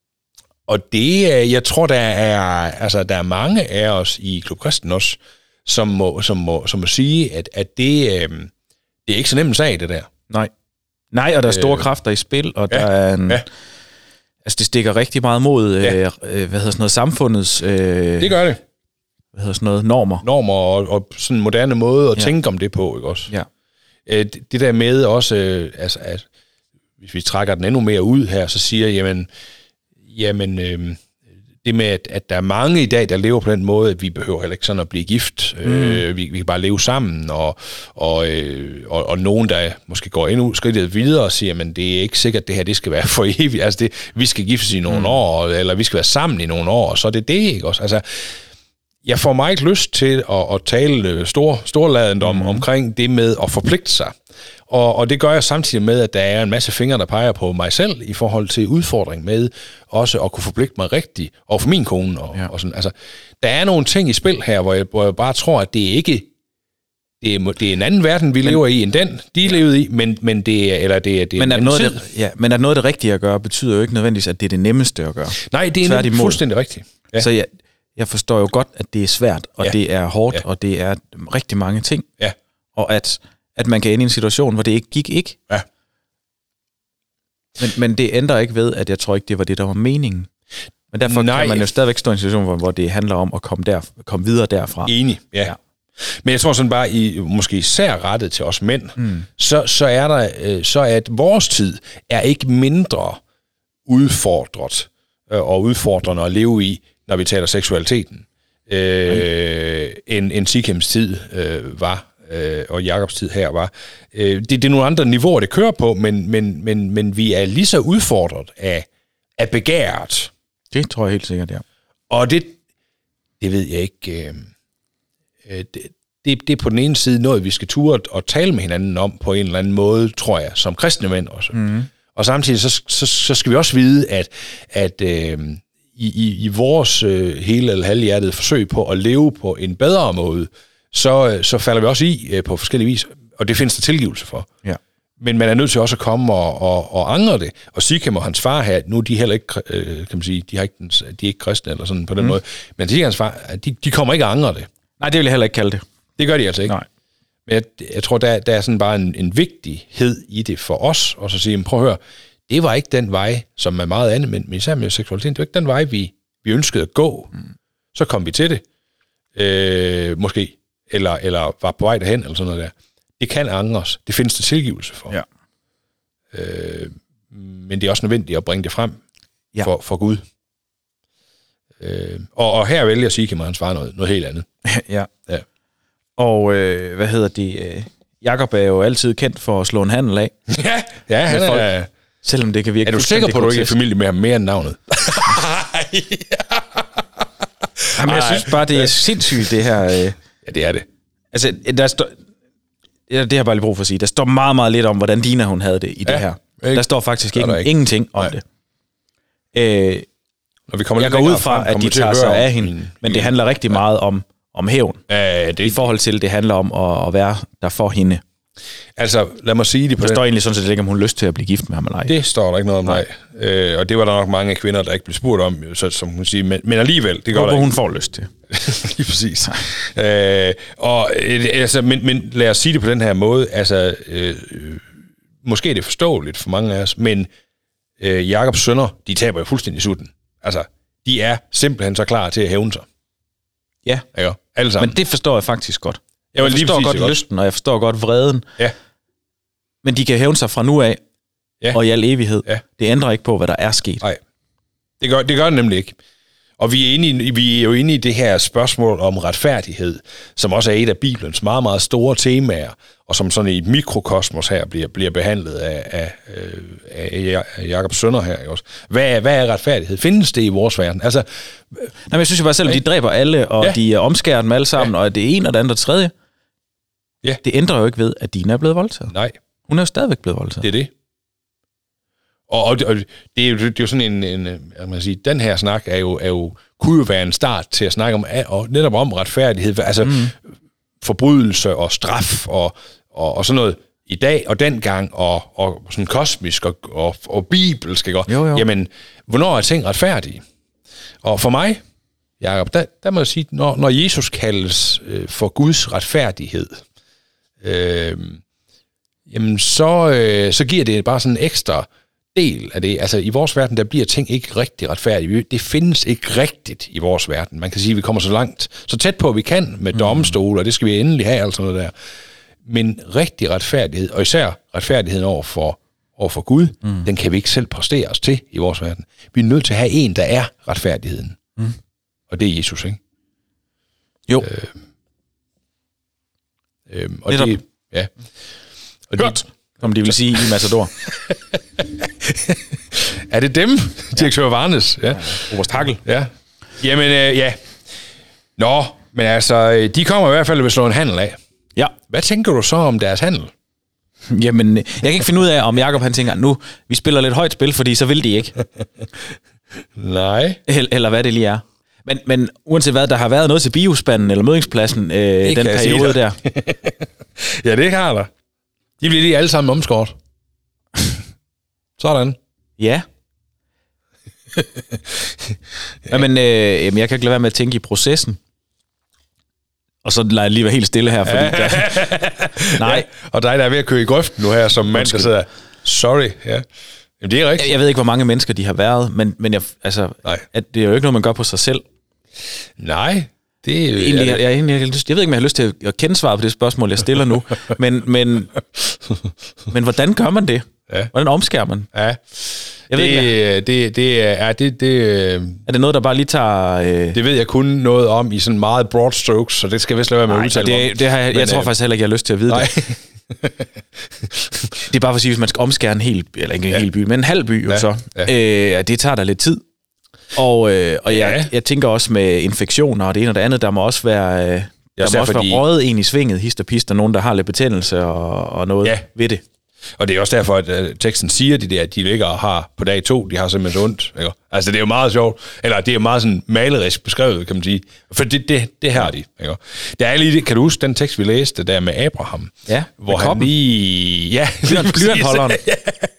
Og det, jeg tror, der er, altså, der er mange af os i Klub Kristen også, som må, som må, som må sige, at, at det, øh, det er ikke så nemt en sag, det der. Nej. Nej, og der er store øh, kræfter i spil, og ja, der er en, ja. altså, det stikker rigtig meget mod, ja. øh, hvad hedder sådan noget, samfundets... Øh, det gør det. Hvad hedder sådan noget, normer. Normer og, og sådan en moderne måde at ja. tænke om det på, ikke også? Ja. Øh, det, det der med også, øh, altså, at hvis vi trækker den endnu mere ud her, så siger, jamen, Jamen, øh, det med, at, at der er mange i dag, der lever på den måde, at vi behøver heller ikke sådan at blive gift. Mm. Øh, vi, vi kan bare leve sammen, og, og, øh, og, og nogen, der måske går endnu skridtet videre og siger, men det er ikke sikkert, at det her det skal være for evigt. Altså, det, vi skal giftes i nogle mm. år, eller vi skal være sammen i nogle år, og så er det det, ikke også? Altså, jeg får meget lyst til at, at tale stor, storladent om, mm. omkring det med at forpligte sig. Og, og det gør jeg samtidig med, at der er en masse fingre, der peger på mig selv i forhold til udfordring med også at kunne forpligte mig rigtigt over for min kone. Og, ja. og sådan. Altså, der er nogle ting i spil her, hvor jeg, hvor jeg bare tror, at det ikke det er, det er en anden verden, vi men, lever i, end den, de ja. levede i, men, men det er, eller det er, det er men at noget det, ja, men at noget af det rigtige at gøre, betyder jo ikke nødvendigvis, at det er det nemmeste at gøre. Nej, det er fuldstændig rigtigt. Ja. Så jeg, jeg forstår jo godt, at det er svært, og ja. det er hårdt, ja. og det er rigtig mange ting. Ja. Og at at man kan ende i en situation, hvor det ikke gik ikke. Ja. Men, men det ændrer ikke ved, at jeg tror ikke, det var det, der var meningen. Men derfor Nej. kan man jo stadigvæk stå i en situation, hvor, hvor det handler om at komme, der, komme videre derfra. Enig, ja. ja. Men jeg tror sådan bare, i måske især rettet til os mænd, mm. så, så er der, øh, så at vores tid er ikke mindre udfordret øh, og udfordrende at leve i, når vi taler seksualiteten, øh, mm. end, end Sikkims tid øh, var. øh, og Jakobs tid her var. Øh, det, det er nogle andre niveauer, det kører på, men, men, men, men vi er lige så udfordret af, af begæret. Det tror jeg helt sikkert, ja. Og det, det ved jeg ikke... Øh, det, det, det er på den ene side noget, vi skal ture og tale med hinanden om på en eller anden måde, tror jeg, som kristne mænd også. Mm-hmm. Og samtidig så, så, så skal vi også vide, at, at øh, i, i, i vores øh, hele eller halvhjertede forsøg på at leve på en bedre måde, så, så falder vi også i øh, på forskellige vis, og det findes der tilgivelse for. Ja. Men man er nødt til også at komme og, og, og angre det. Og Sichem og hans far her, nu er de heller ikke, øh, kan man sige, de, har ikke, de er ikke kristne eller sådan på den mm. måde, men Sichem og hans far, de, de kommer ikke at angre det. Nej, det vil jeg heller ikke kalde det. Det gør de altså ikke. Nej. Men jeg, jeg tror, der, der er sådan bare en, en vigtighed i det for os, og så sige, prøv at høre, det var ikke den vej, som er meget andet, men især med seksualiteten, det var ikke den vej, vi, vi ønskede at gå. Mm. Så kom vi til det, øh, måske, eller, eller var på vej derhen, eller sådan noget der. Det kan angres. Det findes der tilgivelse for. Ja. Øh, men det er også nødvendigt at bringe det frem ja. for, for Gud. Øh, og, og her vælger Sichem og hans far noget, noget helt andet. ja. ja. Og øh, hvad hedder det? Øh, Jakob er jo altid kendt for at slå en handel af. ja, ja han folk, er... Selvom det kan virke... Er du sikker på, at du ikke er i familie med ham mere end navnet? Jamen, jeg synes bare, det er sindssygt, det her... Øh... Ja, det er det. Altså, der står... Det har jeg bare lige brug for at sige. Der står meget, meget lidt om, hvordan Dina hun havde det i ja, det her. Ikke? Der står faktisk ikke, ikke. ingenting om Nej. det. Øh, Når vi kommer jeg går ud fra, frem, at de tager sig af hende, min, men det handler rigtig ja. meget om, om hævn. Ja, det, I forhold til, det handler om at, at være der for hende. Altså, lad mig sige det på Der den. står egentlig sådan set ikke, om hun har lyst til at blive gift med ham eller ej. Det står der ikke noget om, nej. nej. Øh, og det var der nok mange kvinder, der ikke blev spurgt om, så, som hun siger, men, men alligevel, det går der hun får lyst til. Lige præcis. øh, og, altså, men, men lad os sige det på den her måde, altså, øh, måske er det forståeligt for mange af os, men øh, Jakobs sønner, de taber jo fuldstændig sutten. Altså, de er simpelthen så klar til at hævne sig. Ja, ja alle sammen. Men det forstår jeg faktisk godt. Jeg, jeg forstår godt, godt lysten, og jeg forstår godt vreden. Ja. Men de kan hævne sig fra nu af, ja. og i al evighed. Ja. Det ændrer ikke på, hvad der er sket. Nej, det gør, det gør det nemlig ikke. Og vi er, inde i, vi er jo inde i det her spørgsmål om retfærdighed, som også er et af Bibelens meget, meget store temaer, og som sådan i et mikrokosmos her bliver, bliver behandlet af, af, af, af Jakobs sønner her. Også. Hvad, er, hvad er retfærdighed? Findes det i vores verden? Altså, Nej, men jeg synes jo bare, selvom de dræber alle, og ja. de omskærer dem alle sammen, ja. og det er en og det andet og tredje, ja. det ændrer jo ikke ved, at Dina er blevet voldtaget. Nej. Hun er jo stadigvæk blevet voldtaget. Det er det. Og, og, og det, er jo, det er jo sådan en, en man sige, den her snak er jo, er jo, kunne jo være en start til at snakke om, og netop om retfærdighed, altså mm. forbrydelse og straf og, og, og sådan noget i dag og dengang, og, og sådan kosmisk og, og, og bibelsk, ikke? Jo, jo. Jamen, hvornår er ting retfærdige? Og for mig, Jacob, der, der må jeg sige, når, når Jesus kaldes øh, for Guds retfærdighed, øh, jamen så, øh, så giver det bare sådan en ekstra del af det. Altså i vores verden, der bliver ting ikke rigtig retfærdige. Det findes ikke rigtigt i vores verden. Man kan sige, at vi kommer så langt, så tæt på, vi kan med domstole, og det skal vi endelig have, altså noget der. Men rigtig retfærdighed, og især retfærdigheden over for, over for Gud, mm. den kan vi ikke selv præstere os til i vores verden. Vi er nødt til at have en, der er retfærdigheden. Mm. Og det er Jesus, ikke? Jo. Øh, øh, og det, det ja. Og Hørt, det, som de vil sige i Matador. Er det dem? Direktør Varnes? Ja. Oberst Hackel. Ja. Jamen, øh, ja. Nå, men altså, de kommer i hvert fald ved at slå en handel af. Ja. Hvad tænker du så om deres handel? Jamen, jeg kan ikke finde ud af, om Jakob han tænker, nu, vi spiller lidt højt spil, fordi så vil de ikke. Nej. Eller, eller hvad det lige er. Men, men uanset hvad, der har været noget til biospanden eller mødingspladsen, øh, den periode der. Ja, det har der. De bliver lige alle sammen omskåret. Sådan. Ja. ja. Men øh, jamen, jeg kan ikke lade være med at tænke i processen. Og så lader jeg lige være helt stille her, fordi der... Nej. Ja, og dig, der er ved at køre i grøften nu her, som mand, der sidder... Sorry, ja. Jamen, det er rigtigt. Jeg, jeg ved ikke, hvor mange mennesker de har været, men, men jeg, altså, at det er jo ikke noget, man gør på sig selv. Nej, det er... Egentlig, jeg, jeg, jeg, jeg, jeg ved ikke, om jeg har lyst til at kende svaret på det spørgsmål, jeg stiller nu, men, men, men hvordan gør man det? Ja. Hvordan omskærer man? Ja. Jeg det, ved ikke, det, det, er, det, det, er det noget, der bare lige tager... Øh... Det ved jeg kun noget om i sådan meget broad strokes, så det skal vist lade være med at udtale det, om. det har jeg, Men, jeg tror faktisk heller ikke, jeg har lyst til at vide nej. det. Det er bare for at sige, hvis man skal omskære en hel, eller ikke en ja. hel by, men en halv by jo ja. så, ja. Øh, det tager da lidt tid. Og, øh, og ja. jeg, jeg tænker også med infektioner og det ene og det andet, der må også være, øh, der må også fordi... være røget en i svinget, hist og pist, og nogen, der har lidt betændelse og, og noget ja. ved det. Og det er også derfor, at uh, teksten siger det der, at de ligger og har på dag to, de har simpelthen ondt. Ikke? Altså det er jo meget sjovt, eller det er meget sådan malerisk beskrevet, kan man sige. For det, det, det har de. Ikke? Der er lige, kan du huske den tekst, vi læste der med Abraham? Ja, hvor han lige... Ja, blyantholderen. Ja,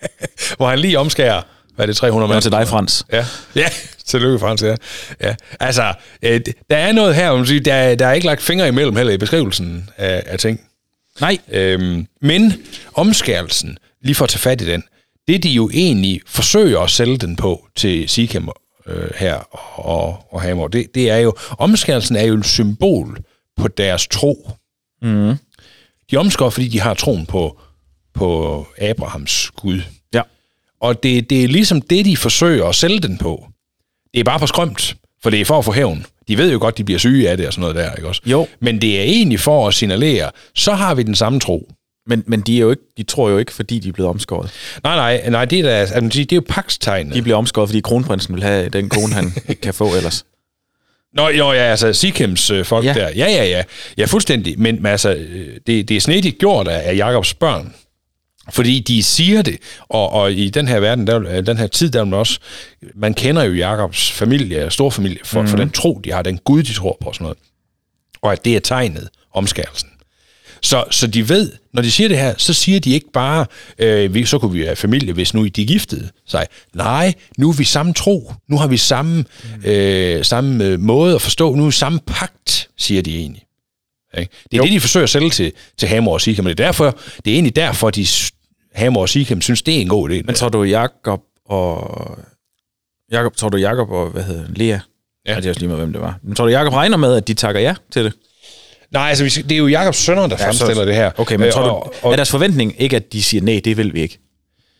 hvor han lige omskærer, hvad er det, tre hundrede mand? til dig, Frans. Ja, ja. Tillykke, Frans, ja. ja. Altså, øh, der er noget her, man siger, der, der er ikke lagt fingre imellem heller i beskrivelsen af, af ting. Nej. Øhm, men omskærelsen, lige for at tage fat i den, det de jo egentlig forsøger at sælge den på til Sichem øh, her og, og Hamor, det, det er jo, omskærelsen er jo et symbol på deres tro. Mm. De omskærer, fordi de har troen på, på Abrahams Gud. Ja. Og det, det er ligesom det, de forsøger at sælge den på. Det er bare for skrømt, for det er for at få hævn. De ved jo godt, de bliver syge af det og sådan noget der, ikke også? Jo. Men det er egentlig for at signalere, så har vi den samme tro. Men, men de, er jo ikke, de tror jo ikke, fordi de er blevet omskåret. Nej, nej, nej, det er, der, altså, det er jo pakstegnet. De bliver omskåret, fordi kronprinsen vil have den kone, han ikke kan få ellers. Nå, jo, ja, altså Sichems øh, folk ja. der. Ja, ja, ja. Ja, fuldstændig. Men, men altså, det, det er snedigt gjort af, af Jakobs børn. Fordi de siger det, og, og i den her verden, der, den her tid, der man også, man kender jo Jakobs familie, storfamilie, for, mm-hmm. for den tro, de har, den Gud, de tror på, og sådan noget. Og at det er tegnet, omskærelsen. Så, så de ved, når de siger det her, så siger de ikke bare, øh, vi, så kunne vi være familie, hvis nu de giftede sig. Nej, nu er vi samme tro. Nu har vi samme, øh, samme måde at forstå. Nu er vi samme pagt, siger de egentlig. Okay? Det er jo. det, de forsøger at sælge til, til Hamor og Sichem. Det er, derfor, det er egentlig derfor, de Hamor og Sichem synes, det er en god idé. Men tror du, Jakob og... Jakob, tror du, Jakob og, hvad hedder Lea? Ja. Jeg er også lige med, hvem det var. Men tror du, Jakob regner med, at de takker ja til det? Nej, altså det er jo Jakobs sønner, der ja, fremstiller så, det her. Okay, men tror du, og, og, er deres forventning ikke, at de siger, nej, det vil vi ikke?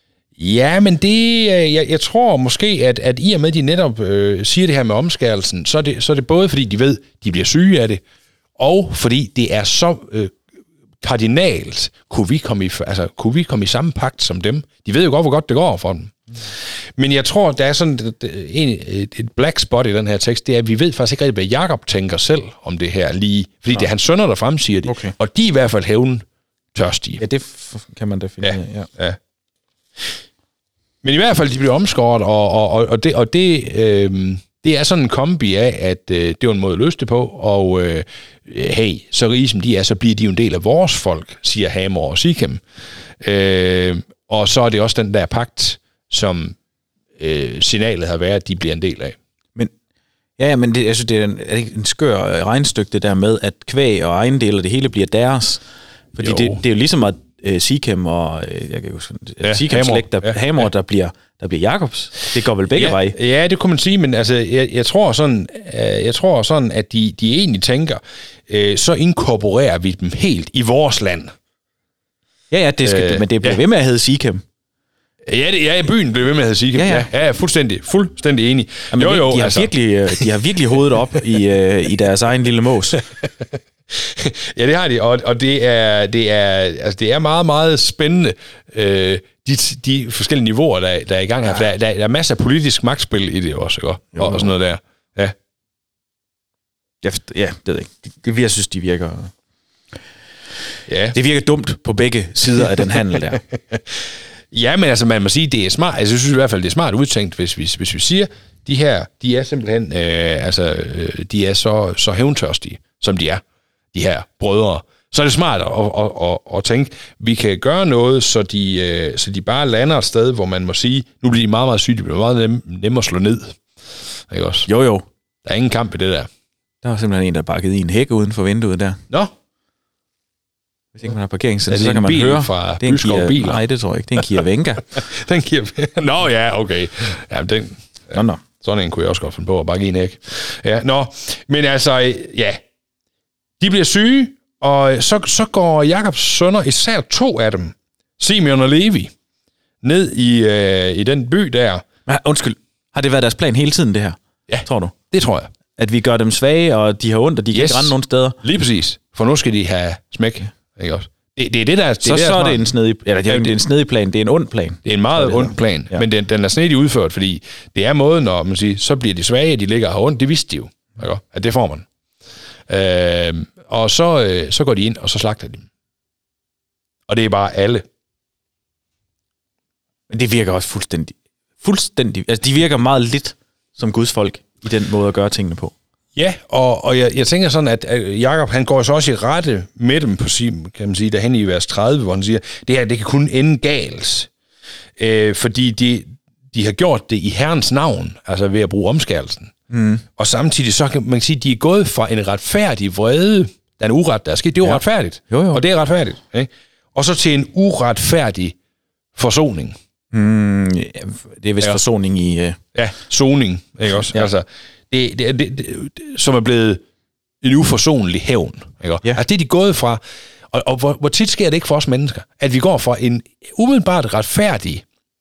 Ja, men det, jeg, jeg tror måske, at, at i og med, at de netop øh, siger det her med omskærelsen, så er, det, så er det både, fordi de ved, de bliver syge af det, og fordi det er så øh, kardinalt, kunne vi, komme i, altså, kunne vi komme i samme pagt som dem. De ved jo godt, hvor godt det går for dem. Mm. Men jeg tror, der er sådan et, et, et black spot i den her tekst, det er, at vi ved faktisk ikke rigtig, hvad Jakob tænker selv om det her lige. Fordi ja. det er hans sønner, der fremsiger det. Okay. Og de er i hvert fald hævntørstige. Ja, det kan man definere. Ja, ja. ja. Men i hvert fald, de bliver omskåret, og, og, og det, og det, øh, det er sådan en kombi af, at øh, det var en måde at løse det på, og øh, hey, så rige som de er, så bliver de jo en del af vores folk, siger Hamor og Sichem. Øh, og så er det også den der pagt, som øh, signalet har været, at de bliver en del af. Men, ja, ja, men det, altså, det er en, er det en skør regnestykke, det der med, at kvæg og ejendele, det hele bliver deres. Fordi det, det er jo ligesom at uh, Sichem og uh, jeg kan huske, ja, Sichems slægt, der, ja, Hamor, ja. der bliver der bliver Jakobs. Det går vel begge ja, veje. Ja, det kunne man sige, men altså, jeg, jeg tror sådan, uh, jeg tror sådan, at de, de egentlig tænker, uh, så inkorporerer vi dem helt i vores land. Ja, ja, det skal, uh, men det bliver ja. ved med at hedde Sichem. Ja, det, ja, byen blev ved med at hedde Sichem. Ja, ja. Ja, ja, fuldstændig, fuldstændig enig. Jamen, jo, jo, de, har altså. virkelig, de har virkelig hovedet op i, uh, i deres egen lille mås. Ja, det har de, og, og det, er, det, er, altså, det er meget, meget spændende, øh, de, de forskellige niveauer, der, der er i gang her. Ja. Der, der, der er masser af politisk magtspil i det også, ikke? Og, jo, og sådan noget der. Ja, ja, ja det ved jeg ikke. Det, det, jeg synes, de virker... Ja. Det virker dumt på begge sider af den handel der. Ja, men altså, man må sige, det er smart. Altså, jeg synes i hvert fald, det er smart udtænkt, hvis vi, hvis vi siger, de her, de er simpelthen, øh, altså, øh, de er så, så hævntørstige, som de er, de her brødre. Så er det smart at, at, at, at tænke, vi kan gøre noget, så de, øh, så de bare lander et sted, hvor man må sige, nu bliver de meget, meget syge, de bliver meget nemme, nemme at slå ned. Ikke også? Jo, jo. Der er ingen kamp i det der. Der var simpelthen en, der bakkede i en hæk uden for vinduet der. Nå. Hvis ikke man har parkeringscenter, så kan man høre. Fra det er en Kia, biler. Nej, det tror jeg ikke. Det er en Kia Venga. Den Kia Nå ja, okay. Ja, den, ja. Nå, nå. Sådan en kunne jeg også godt finde på at bakke i en æg. Ja, nå. Men altså, ja. De bliver syge, og så, så går Jakobs sønner, især to af dem, Simeon og Levi, ned i, øh, i den by der. Ja, undskyld, har det været deres plan hele tiden, det her? Ja, tror du? Det tror jeg. At vi gør dem svage, og de har ondt, og de yes. kan ikke rende nogen steder? Lige præcis. For nu skal de have smæk. Ikke også? Det, det er det, der... Det så er så der, er det en snedig... Eller det er, ja, det er en snedig plan. Det er en ond plan. Det er en meget ond plan. Ja. Men den, den er snedigt udført, fordi det er måden, når man siger, så bliver de svage, de ligger og har ondt. Det vidste de jo. Ikke? At det får man. Øh, og så, øh, så går de ind, og så slagter de dem. Og det er bare alle. Men det virker også fuldstændig... Fuldstændig... Altså, de virker meget lidt som Guds folk i den måde at gøre tingene på. Ja, og, og jeg, jeg tænker sådan, at, at Jakob, han går så også i rette med dem på sin, kan man sige, derhen i vers tredive, hvor han siger, det her, det kan kun ende galt. Øh, fordi de, de har gjort det i Herrens navn, altså ved at bruge omskærelsen. Mm. Og samtidig så kan man sige, at de er gået fra en retfærdig vrede, der er en uret, der er sket, det er jo ja. retfærdigt. Jo, jo. Og det er retfærdigt. Ikke? Og så til en uretfærdig forsoning. Mm, ja, det er vist ja. forsoning i... Uh... Ja, soning, ikke også? Ja. Altså, det, det, det, det, som er blevet en uforsonlig hævn. Ikke? Ja. Altså, det er de gået fra... Og, og hvor, hvor tit sker det ikke for os mennesker, at vi går fra en umiddelbart retfærdig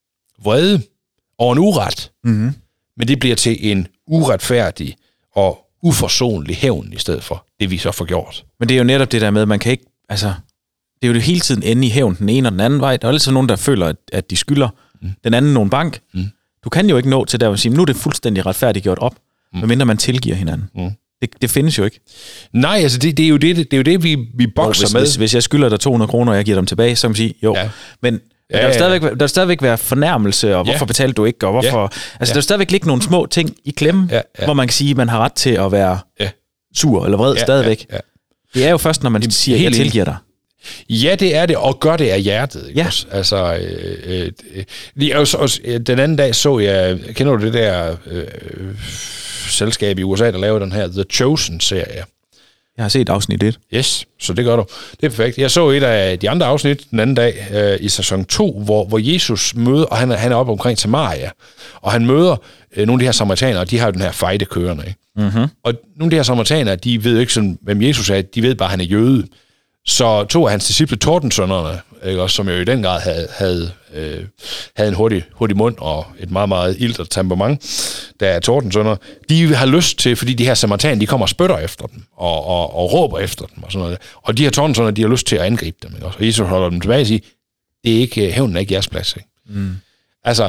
vrede over en uret, mm-hmm. men det bliver til en uretfærdig og uforsonlig hævn i stedet for det, vi så får gjort. Men det er jo netop det der med, at man kan ikke... Altså, det er jo det hele tiden ende i hævn den ene og den anden vej. Der er altid nogen, der føler, at, at de skylder mm. den anden nogen bank. Mm. Du kan jo ikke nå til der at sige, nu er det fuldstændig retfærdigt gjort op, mm. medmindre man tilgiver hinanden. Mm. Det, det findes jo ikke. Nej, altså det, det, er, jo det, det er jo det, vi, vi bokser jo, hvis, med. Hvis, hvis jeg skylder dig to hundrede kroner, og jeg giver dem tilbage, så kan man sige, jo. Ja. Men ja, der, vil stadigvæk, der vil stadigvæk være fornærmelse, og hvorfor ja. betalte du ikke, og hvorfor... Ja. Altså, ja. der vil stadigvæk ligge nogle små ting i klemme, ja, ja. hvor man kan sige, at man har ret til at være ja. sur eller vred ja, stadigvæk. Ja, ja. Det er jo først, når man siger, at jeg tilgiver dig. Ja, det er det, og gør det af hjertet. Ikke? Ja. Altså, øh, øh, lige også, også, den anden dag så jeg, kender du det der øh, selskab i U S A, der laver den her The Chosen-serie? Jeg har set afsnit et. Yes, så det gør du. Det er perfekt. Jeg så et af de andre afsnit den anden dag øh, i sæson to, hvor, hvor Jesus møder, og han er, han er oppe omkring Samaria, og han møder øh, nogle af de her samaritanere, og de har jo den her fejde kørende. Ikke? Mm-hmm. Og nogle af de her samaritanere, de ved ikke sådan, hvem Jesus er, de ved bare, at han er jøde. Så to af hans disciple, Tordensønnerne, ikke, også, som jo i den grad havde, havde, øh, havde en hurtig, hurtig mund og et meget, meget ildt og temperament, der er Tordensønner, de har lyst til, fordi de her samaritaner, de kommer og spytter efter dem, og, og, og råber efter dem, og sådan noget. Og de her Tordensønner, de har lyst til at angribe dem, ikke, også? Og Jesus holder dem tilbage og siger, det er ikke, hævnen er ikke jeres plads, ikke? Mm. Altså,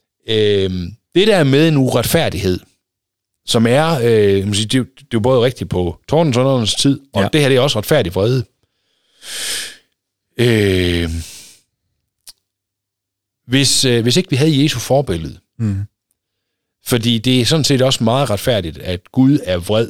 øh, det der med en uretfærdighed, som er, øh, man siger, det, det er jo både rigtigt på Tordensønnernes tid, og ja. det her, det er også retfærdig vrede. Øh, hvis, øh, hvis ikke vi havde Jesu forbillede, mm. fordi det er sådan set også meget retfærdigt, at Gud er vred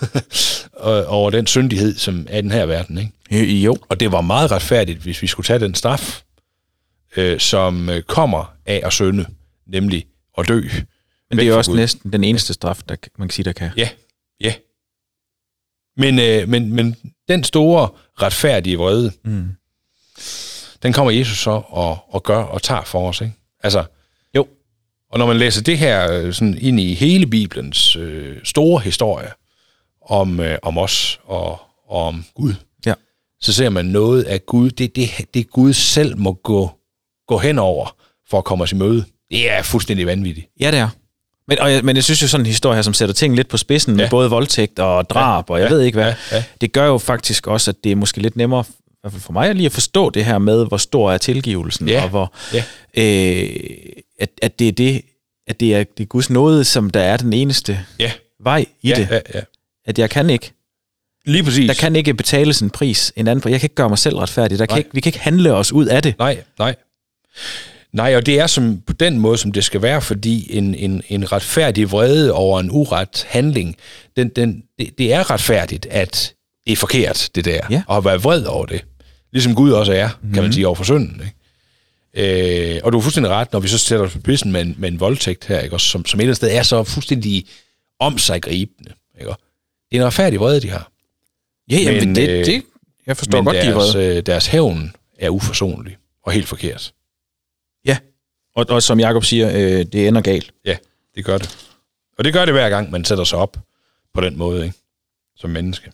over den syndighed, som er i den her verden, ikke? Jo. Og det var meget retfærdigt, hvis vi skulle tage den straf, øh, som kommer af at synde, nemlig at dø. Men det er jo også Gud. Næsten den eneste straf, der man kan sige, der kan. Ja, ja. Men, øh, men, men den store retfærdige vrede, mm. den kommer Jesus så og, og gør og tager for os, ikke? Altså, jo. Og når man læser det her sådan ind i hele Bibelens øh, store historie om, øh, om os og, og om Gud, ja. så ser man noget af Gud, det, det, det Gud selv må gå, gå hen over for at komme os i møde. Det er fuldstændig vanvittigt. Ja, det er. Men, og jeg, men jeg synes jo sådan en historie her, som sætter ting lidt på spidsen, ja. med både voldtægt og drab, ja. og jeg ja. ved ikke hvad, ja. Ja. det gør jo faktisk også, at det er måske lidt nemmere, i hvert fald for mig, lige at forstå det her med, hvor stor er tilgivelsen, ja. og hvor, ja. øh, at, at det er det, at det er, det er Guds nåde, som der er den eneste ja. vej i ja. det. Ja. Ja. At jeg kan ikke. Lige præcis. Der kan ikke betales en pris, en anden pris. Jeg kan ikke gøre mig selv retfærdig. Der kan ikke, vi kan ikke handle os ud af det. Nej, nej. Nej, og det er som på den måde, som det skal være, fordi en, en, en retfærdig vrede over en uret handling, den, den, det, det er retfærdigt, at det er forkert, det der, ja. og at være vred over det. Ligesom Gud også er, mm-hmm. kan man sige, over for synden. Ikke? Øh, og du er fuldstændig ret, når vi så sætter os på spidsen med en, med en voldtægt her, ikke? Også, som, som et eller andet sted er så fuldstændig om sig gribende. Ikke? Det er en retfærdig vrede, de har. Ja, jamen men, det, det, jeg forstår men godt, deres, de er vrede. deres hævn er uforsonlig og helt forkert. Ja, og, og som Jakob siger, øh, det ender galt. Ja, det gør det. Og det gør det hver gang, man sætter sig op på den måde, ikke? Som menneske.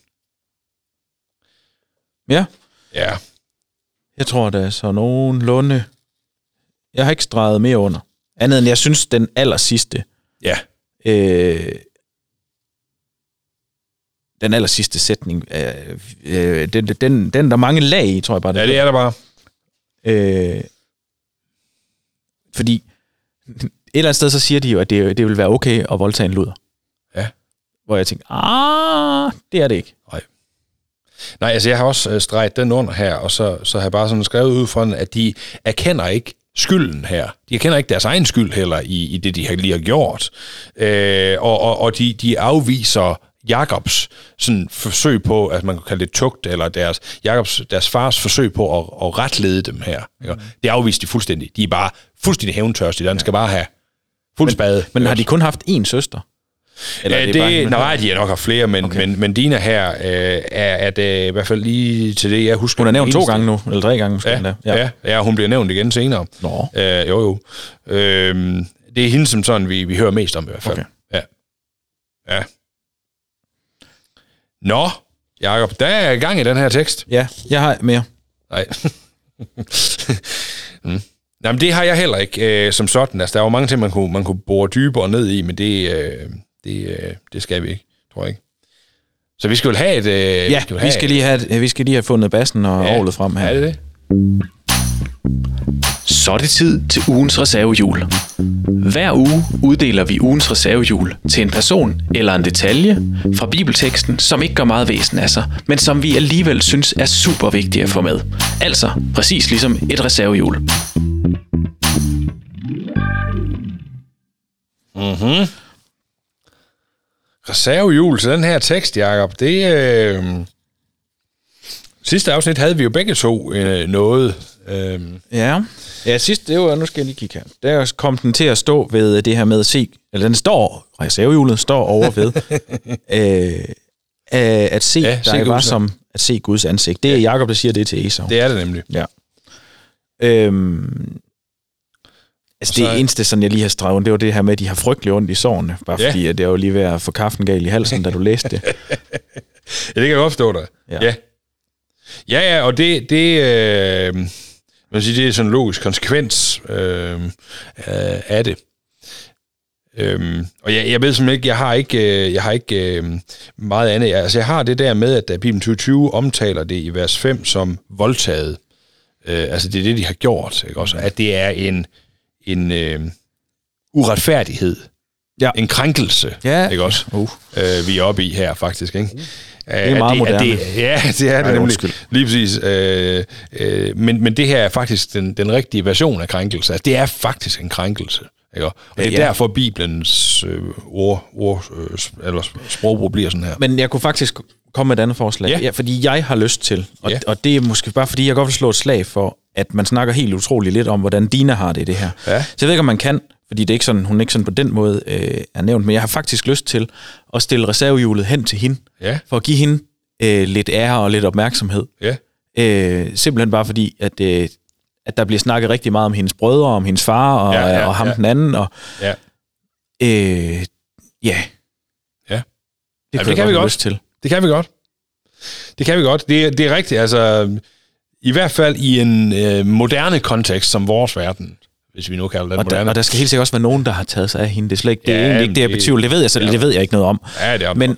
Ja. Ja. Jeg tror, der er så nogenlunde Jeg har ikke streget mere under. Andet end jeg synes, den aller sidste... Ja. Øh, den aller sidste sætning, øh, øh, den, den, den der er mange lag i, tror jeg bare. Det ja, det er der bare. Øh, fordi et eller andet sted, så siger de jo, at det, det vil være okay at voldtage en luder. Ja. Hvor jeg tænker, ah, det er det ikke. Nej. Nej, altså jeg har også streget den under her, og så, så har jeg bare sådan skrevet ud fra, at de erkender ikke skylden her. De erkender ikke deres egen skyld heller i, i det, de har lige har gjort. Øh, og og, og de, de afviser Jakobs sådan forsøg på, at man kan kalde det tugt, eller deres, Jakobs, deres fars forsøg på at, at retlede dem her. Ikke? Det afviser de fuldstændig. De er bare fuldstændig hævntørstige. Den skal bare have fuld spade. Men, men har de kun haft én søster? Eller ja, det, det bare, nej, de har nok haft flere, men, okay. men, men Dina her øh, er at, øh, i hvert fald lige til det, jeg husker... Hun er nævnt to gange nu, eller tre gange måske. Ja, ja. Ja, ja, hun bliver nævnt igen senere. Nå. Øh, jo, jo. Øh, det er hende, som sådan, vi, vi hører mest om i hvert fald. Okay. Ja. Ja. Nå, Jakob, der er gang i den her tekst. Ja, jeg har mere. Nej. mm. Jamen, det har jeg heller ikke øh, som sådan. Altså, der er jo mange ting, man kunne, man kunne bore dybere ned i, men det, øh, det, øh, det skal vi ikke, tror jeg ikke. Så vi skal vel have et... Øh, ja, vi skal, vi, skal lige have, vi skal lige have fundet bassen og ja, orlet frem her. Er det det? Så er det tid til ugens reservehjul. Hver uge uddeler vi ugens reservehjul til en person eller en detalje fra bibelteksten, som ikke gør meget væsen af sig, men som vi alligevel synes er super vigtige at få med. Altså præcis ligesom et reservehjul. Mhm. Reservehjul til den her tekst, Jakob, det... Øh... Sidste afsnit havde vi jo begge to øh, noget. Øh... Ja. Ja, sidst, det var, nu skal jeg lige kigge her. Der kom den til at stå ved det her med at se, eller den står, reservehjulet står over ved, øh, at se, ja, der var som at se Guds ansigt. Det er Jakob, der siger det til Esau. Det er det nemlig. Ja. Øhm, altså så, det eneste, sådan jeg lige har strevet, det var det her med, at de har frygtelig ondt i sårene, bare ja. fordi at det var lige ved at få kaffen gal i halsen, da du læste det. Ja, det kan jeg godt forstå dig. Ja. Ja, ja, ja og det... det øh... Man siger, det er sådan en logisk konsekvens øh, af det. Øhm, og jeg, jeg ved simpelthen ikke, jeg har ikke, jeg har ikke øh, meget andet. Altså jeg har det der med, at Bibelen tyve tyve omtaler det i vers fem som voldtaget. Øh, altså det er det, de har gjort. Ikke? Også, at det er en, en øh, uretfærdighed. Ja. En krænkelse. Ja. Ikke også? Uh. Øh, vi er oppe i her faktisk, ikke? Uh. Det er meget det, moderne. Det, ja, det er det nemlig. Lige præcis. Øh, øh, men, men det her er faktisk den, den rigtige version af krænkelse. Altså, det er faktisk en krænkelse. Ikke? Og det er ja. derfor, Bibelens øh, ord, ord øh, eller sprogbrug bliver sådan her. Men jeg kunne faktisk komme med et andet forslag. Ja. Ja, fordi jeg har lyst til, og, ja. og det er måske bare fordi, jeg godt vil slå et slag for, at man snakker helt utroligt lidt om, hvordan Dina har det i det her. Ja. Så jeg ved ikke, om man kan, fordi det er ikke sådan, hun er ikke sådan på den måde øh, er nævnt, men jeg har faktisk lyst til at stille reservehjulet hen til hende, ja. for at give hende øh, lidt ære og lidt opmærksomhed. Ja. Øh, simpelthen bare fordi, at, øh, at der bliver snakket rigtig meget om hendes brødre, om hendes far og, ja, ja, og ham ja. den anden. Og, ja. Øh, ja. Ja. Det, ja, det kan vi godt. Lyst til. Det kan vi godt. Det kan vi godt. Det, det er rigtigt. Altså, i hvert fald i en øh, moderne kontekst som vores verden, hvis vi nu kalder den og moderne. Der, og der skal helt sikkert også være nogen, der har taget sig af hende. Det er slet ikke, det er ja, egentlig ikke det, jeg betvivler. Det ved jeg, så ja. det ved jeg ikke noget om. Ja, det er men,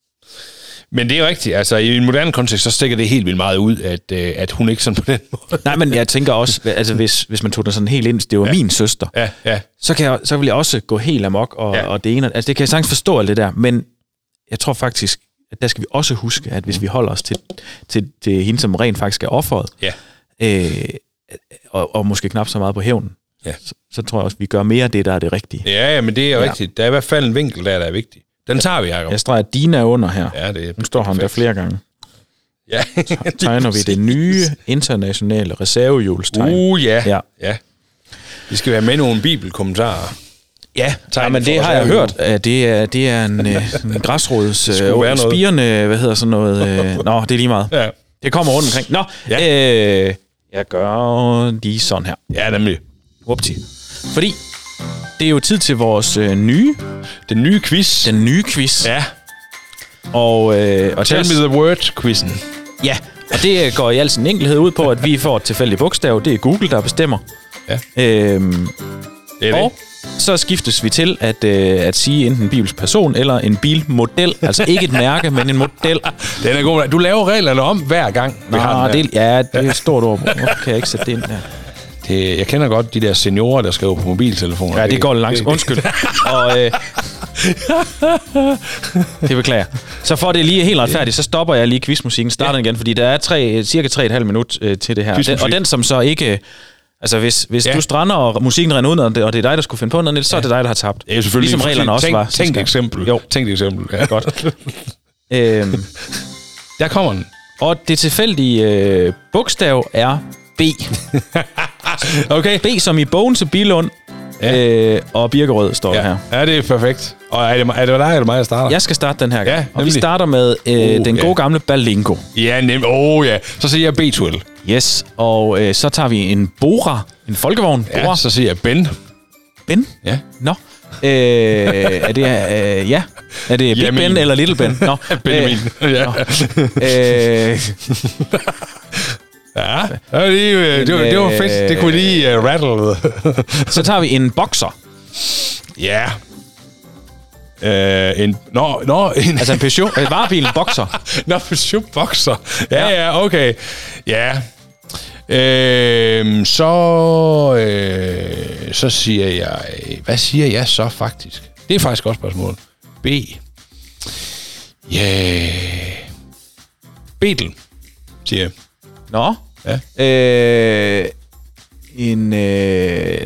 men det er rigtigt. Altså, i en moderne kontekst, så stikker det helt vildt meget ud, at, at hun ikke sådan på den måde. Nej, men jeg tænker også, altså, hvis, hvis man tog den sådan helt ind, det var ja. min søster, ja, ja. Så, kan jeg, så vil jeg også gå helt amok, og, ja. og det ene. Altså, det kan jeg sagtens forstå alt det der, men jeg tror faktisk, at der skal vi også huske, at hvis vi holder os til, til, til hende, som rent faktisk er offeret, ja. øh, og, og måske knap så meget på hævnen, ja. så, så tror jeg også, at vi gør mere af det, der er det rigtige. Ja, ja, men det er jo ja. rigtigt. Der er i hvert fald en vinkel der, der er vigtig. Den tager vi, Jacob. Jeg streger Dina under her. Ja, det er nu står han der flere gange. Ja. Tegner vi det nye internationale reservehjulstegn. Uh, ja. ja. ja. Vi skal have med nogle bibelkommentarer. Ja, ja, men det har jeg hørt. Det er, det er en, en græsrods øh, spirende, hvad hedder sådan noget. Øh, nå, det er lige meget. Ja. Det kommer rundt omkring. Nå, ja. øh, jeg gør lige sådan her. Ja, nemlig. Upti. Fordi det er jo tid til vores øh, nye... Den nye quiz. Den nye quiz. Ja. Og, øh, og Tell me the word-quizzen. Ja, og det går i al sin enkelhed ud på, at vi får et tilfældigt bogstav. Det er Google, der bestemmer. Ja. Øhm, det er og det. så skiftes vi til at, øh, at sige enten en bils person eller en bilmodel. Altså ikke et mærke, men en model. Den er god. Du laver reglerne om hver gang, vi Nå, har den det, ja, det er et stort ord. Hvorfor kan jeg ikke sætte det ind der? Det, jeg kender godt de der seniorer, der skriver på mobiltelefoner. Ja, det går langt. Undskyld. Og, øh, det beklager. Så for det lige helt retfærdigt, så stopper jeg lige quizmusikken, starter ja. igen, fordi der er tre, cirka tre og et halvt minut øh, til det her. Den, og den, som så ikke... Altså, hvis, hvis ja. du strander, og musikken render ud, og det, og det er dig, der skulle finde på noget, Niels, så ja. er det dig, der har tabt. Ja, selvfølgelig. Ligesom reglerne også tænk, var. Tænk et eksempel. Jo. Tænk et eksempel. Ja. Godt. øhm, Der kommer den. Og det tilfældige øh, bogstav er B. Okay. B som i bogen til Billund. Ja. Øh, og Birkerød står ja. der her. Ja, det er perfekt. Og er det, er det dig, eller mig, der starter? Jeg skal starte den her gang. Ja, og vi starter med øh, oh, den gode ja. gamle Berlingo. Ja, nemlig. Åh oh, ja. Så siger jeg B tolv. Yes, og øh, så tager vi en Bora, en folkevogn. Ja, Bora. så siger jeg Ben. Ben? Ja. Nå. Øh, er det, øh, ja. Er det Big Ben eller Little Ben? Nå. Benjamin. Øh, ja. Øh, ja, det, det, det, var, det var fedt. Det kunne lige uh, rattle. Så tager vi en Boxer. Ja. Uh, en... Nå, nå. En, altså en Peugeot. Øh, varebilen Boxer. Nå, Peugeot Boxer. Ja, ja, ja, okay. Ja. Øh, så... Øh, så siger jeg... Hvad siger jeg så faktisk? Det er faktisk et godt spørgsmål. B. Ja... Yeah. Beetle, siger jeg. Nå. Ja. Øh, en... Øh,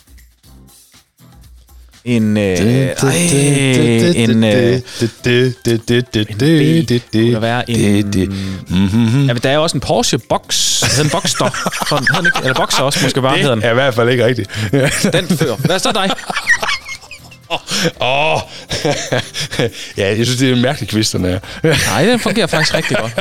en... Øh, ej, en... Øh, kunne der være en... Ja, men der er også en Porsche Box. Den Boxster. Eller Boxer også, måske bare hedder den. Det er i hvert fald ikke rigtigt. Den fører. Hvad er så dig? Åh! Oh. Ja, jeg synes, det er en mærkelig quiz, den her. Nej, den fungerer faktisk rigtig godt.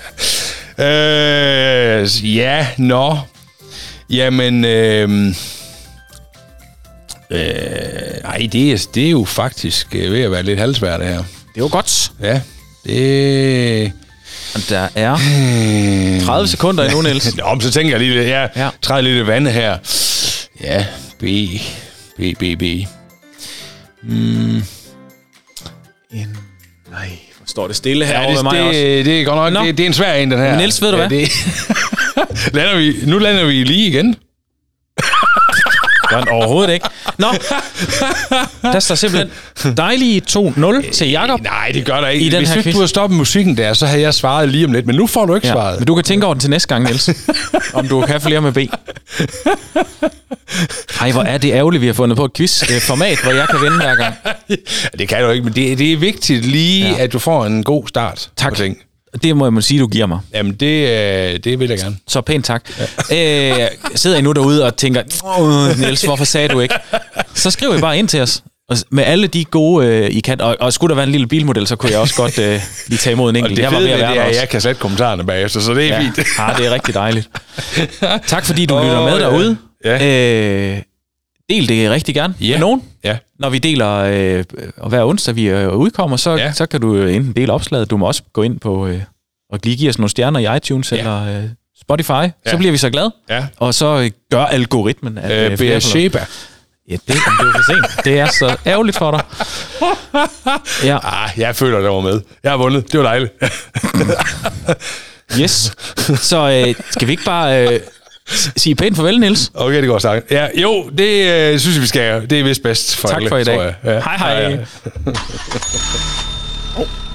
Øh, ja, nå. Jamen, øh, øh, ej, det er, det er jo faktisk ved at være lidt halvsvært, det her. Det er jo godt. Ja, det... Og der er tredive sekunder endnu, Niels. Nå, så tænker jeg lige lidt, ja, ja. træder lidt vand her. Ja, B, B, B, B. Mm. En... Nej, hvor står det stille her ja, over det, med mig det, også. Det er godt nok, det, det er en svær en, den her. Men Niels, ved du ja, hvad? Det... lander vi, nu lander vi lige igen. Godt, overhovedet ikke. Nå, der står simpelthen dejlige to nul til Jakob. Nej, det gør der ikke. I den Hvis her du quiz. havde stoppet musikken der, så havde jeg svaret lige om lidt. Men nu får du ikke ja, svaret. Men du kan tænke over den til næste gang, Niels. Om du kan flere med B. Ej, hvor er det ærgerligt, vi har fundet på et quiz-format, hvor jeg kan vinde hver gang. Det kan du ikke, men det, det er vigtigt lige, ja. at du får en god start. Tak. Det må jeg sige, du giver mig. Jamen, det, det vil jeg gerne. Så pænt tak. Ja. Øh, sidder I nu derude og tænker, åh, Niels, hvorfor sagde du ikke? Så skriv I bare ind til os. Med alle de gode, øh, I kan. Og, og skulle der være en lille bilmodel, så kunne jeg også godt øh, lige tage imod en enkelt. Og det jeg var fede ved ved at det er, at jeg kan slette kommentarerne bagefter, så det er ja. fint. Ja, det er rigtig dejligt. Tak fordi du oh, lytter med ja. derude. Ja. Øh, del det rigtig gerne ja. med nogen. Ja. Når vi deler, øh, og hver onsdag vi øh, udkommer, så, ja. så kan du enten dele opslaget. Du må også gå ind på øh, og lige give os nogle stjerner i iTunes ja. eller øh, Spotify. Ja. Så bliver vi så glade. Ja. Og så øh, gør algoritmen. At, øh, Beersheba. Ja, det, det er jo for sent. Det er så ærgerligt for dig. Ja. Ah, jeg føler, det var med. Jeg har vundet. Det var dejligt. Yes. Så øh, skal vi ikke bare øh, sige pænt farvel, Niels? Okay, det går sagt. Ja, jo, det øh, synes jeg, vi skal. Det er vist bedst for tak alle. Tak for i dag. Ja. Hej, hej. hej, hej. Oh.